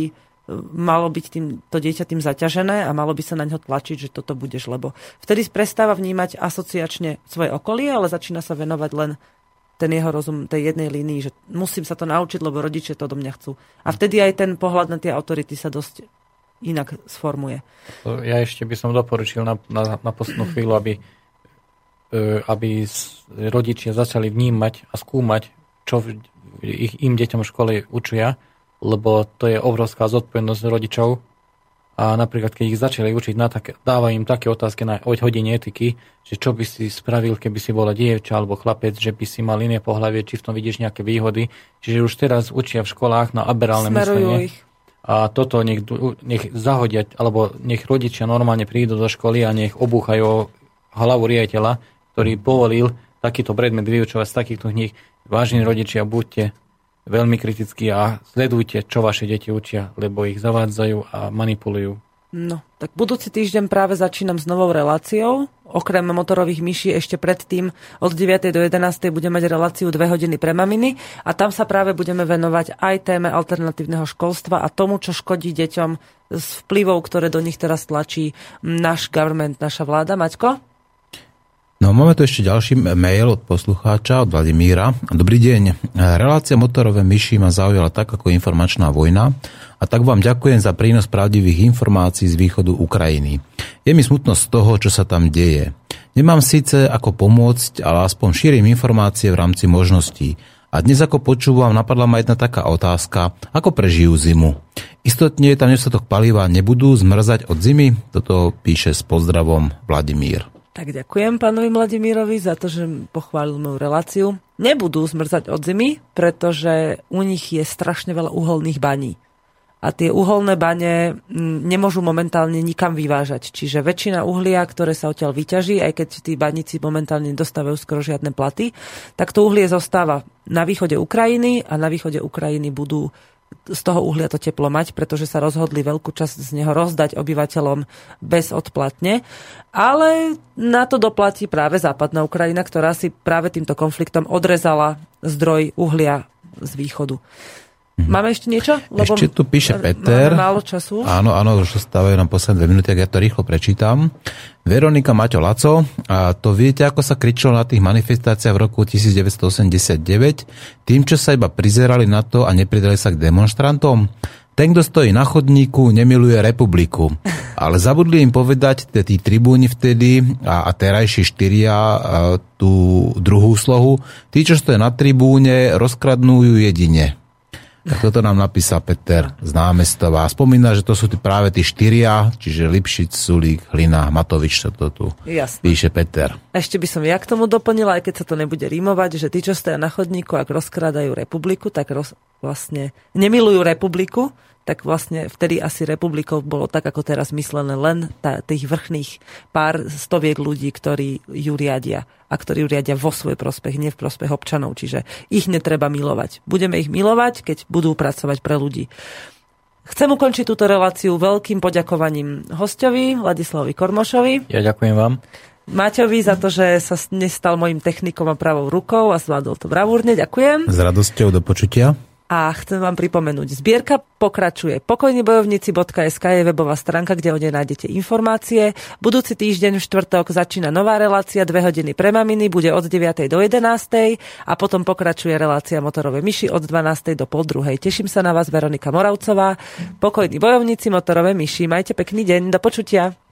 Speaker 2: malo byť to dieťa tým zaťažené a malo by sa na ňo tlačiť, že toto budeš, lebo vtedy prestáva vnímať asociačne svoje okolie, ale začína sa venovať len ten jeho rozum tej jednej línii, že musím sa to naučiť, lebo rodičia to do mňa chcú. A vtedy aj ten pohľad na tie autority sa dosť inak sformuje.
Speaker 3: Ja ešte by som doporučil na poslednú chvíľu, aby rodičia začali vnímať a skúmať, čo im deťom v škole učia, lebo to je obrovská zodpovednosť rodičov a napríklad, keď ich začali učiť, dávajú im také otázky na hodine etiky, že čo by si spravil, keby si bola dievča alebo chlapec, že by si mal iné pohlavie, či v tom vidíš nejaké výhody. Čiže už teraz učia v školách na aberálne myslenie. A toto nech zahodia, alebo nech rodičia normálne prídu do školy a nech obúchajú hlavu riaditeľa, ktorý povolil takýto predmet vyučovať z takýchto kníh. Vážení rodičia, buďte veľmi kritickí a sledujte, čo vaše deti učia, lebo ich zavádzajú a manipulujú.
Speaker 2: No, tak budúci týždeň práve začínam s novou reláciou. Okrem motorových myší ešte predtým od 9. do 11. budeme mať reláciu 2 hodiny pre maminy a tam sa práve budeme venovať aj téme alternatívneho školstva a tomu, čo škodí deťom z vplyvov, ktoré do nich teraz tlačí náš government, naša vláda. Maťko?
Speaker 4: No, máme tu ešte ďalší mail od poslucháča, od Vladimíra. Dobrý deň. Relácia motorové myši ma zaujala tak ako informačná vojna a tak vám ďakujem za prínos pravdivých informácií z východu Ukrajiny. Je mi smutno z toho, čo sa tam deje. Nemám síce ako pomôcť, ale aspoň šírim informácie v rámci možností. A dnes ako počúvam, napadla ma jedna taká otázka, ako prežijú zimu. Istotne tam nedostatok paliva, nebudú zmrzať od zimy? Toto píše s pozdravom Vladimír.
Speaker 2: Tak ďakujem pánovi Vladimírovi za to, že pochválil moju reláciu. Nebudú zmrzať od zimy, pretože u nich je strašne veľa uholných baní. A tie uholné bane nemôžu momentálne nikam vyvážať. Čiže väčšina uhlia, ktoré sa odtiaľ vyťaží, aj keď tí baníci momentálne nedostávajú skoro žiadne platy, tak to uhlie zostáva na východe Ukrajiny a na východe Ukrajiny budú z toho uhlia to teplo mať, pretože sa rozhodli veľkú časť z neho rozdať obyvateľom bezodplatne. Ale na to doplatí práve západná Ukrajina, ktorá si práve týmto konfliktom odrezala zdroj uhlia z východu. Máme ešte niečo?
Speaker 4: Lebo ešte tu píše Peter.
Speaker 2: Máme málo času.
Speaker 4: Áno, už stávajú nám posledné 2 minúty, tak ja to rýchlo prečítam. Veronika, Maťo, Laco, a to viete, ako sa kričalo na tých manifestáciách v roku 1989? Tým, čo sa iba prizerali na to a nepridali sa k demonštrantom? Ten, kto stojí na chodníku, nemiluje republiku. Ale zabudli im povedať tí tribúni vtedy a terajší 4 tú druhú slohu. Tí, čo stojí na tribúne, rozkradnú jedine. Tak toto nám napísal Peter z Námestova. Spomína, že to sú práve tí 4, čiže Lipšic, Sulík, Hlina, Matovič, to tu píše Peter.
Speaker 2: Ešte by som ja k tomu doplnila, aj keď sa to nebude rímovať, že tí, čo stoja na chodníku, ak rozkrádajú republiku, tak vlastne nemilujú republiku, tak vlastne vtedy asi republikou bolo tak, ako teraz myslené, len tých vrchných pár stoviek ľudí, ktorí ju riadia a ktorí ju riadia vo svoj prospech, nie v prospech občanov. Čiže ich netreba milovať. Budeme ich milovať, keď budú pracovať pre ľudí. Chcem ukončiť túto reláciu veľkým poďakovaním hosťovi, Ladislavovi Kormošovi.
Speaker 3: Ja ďakujem vám.
Speaker 2: Maťovi za to, že sa nestal mojím technikom a pravou rukou a zvládol to bravúrne. Ďakujem.
Speaker 4: S radosťou, do počutia.
Speaker 2: A chcem vám pripomenúť, zbierka pokračuje. Pokojnibojovníci.sk je webová stránka, kde o nej nájdete informácie. Budúci týždeň v štvrtok začína nová relácia 2 hodiny pre maminy, bude od 9. do 11. a potom pokračuje relácia Motorové myši od 12. do 12:30. Teším sa na vás, Veronika Moravcová. Pokojní bojovníci, Motorové myši. Majte pekný deň, do počutia.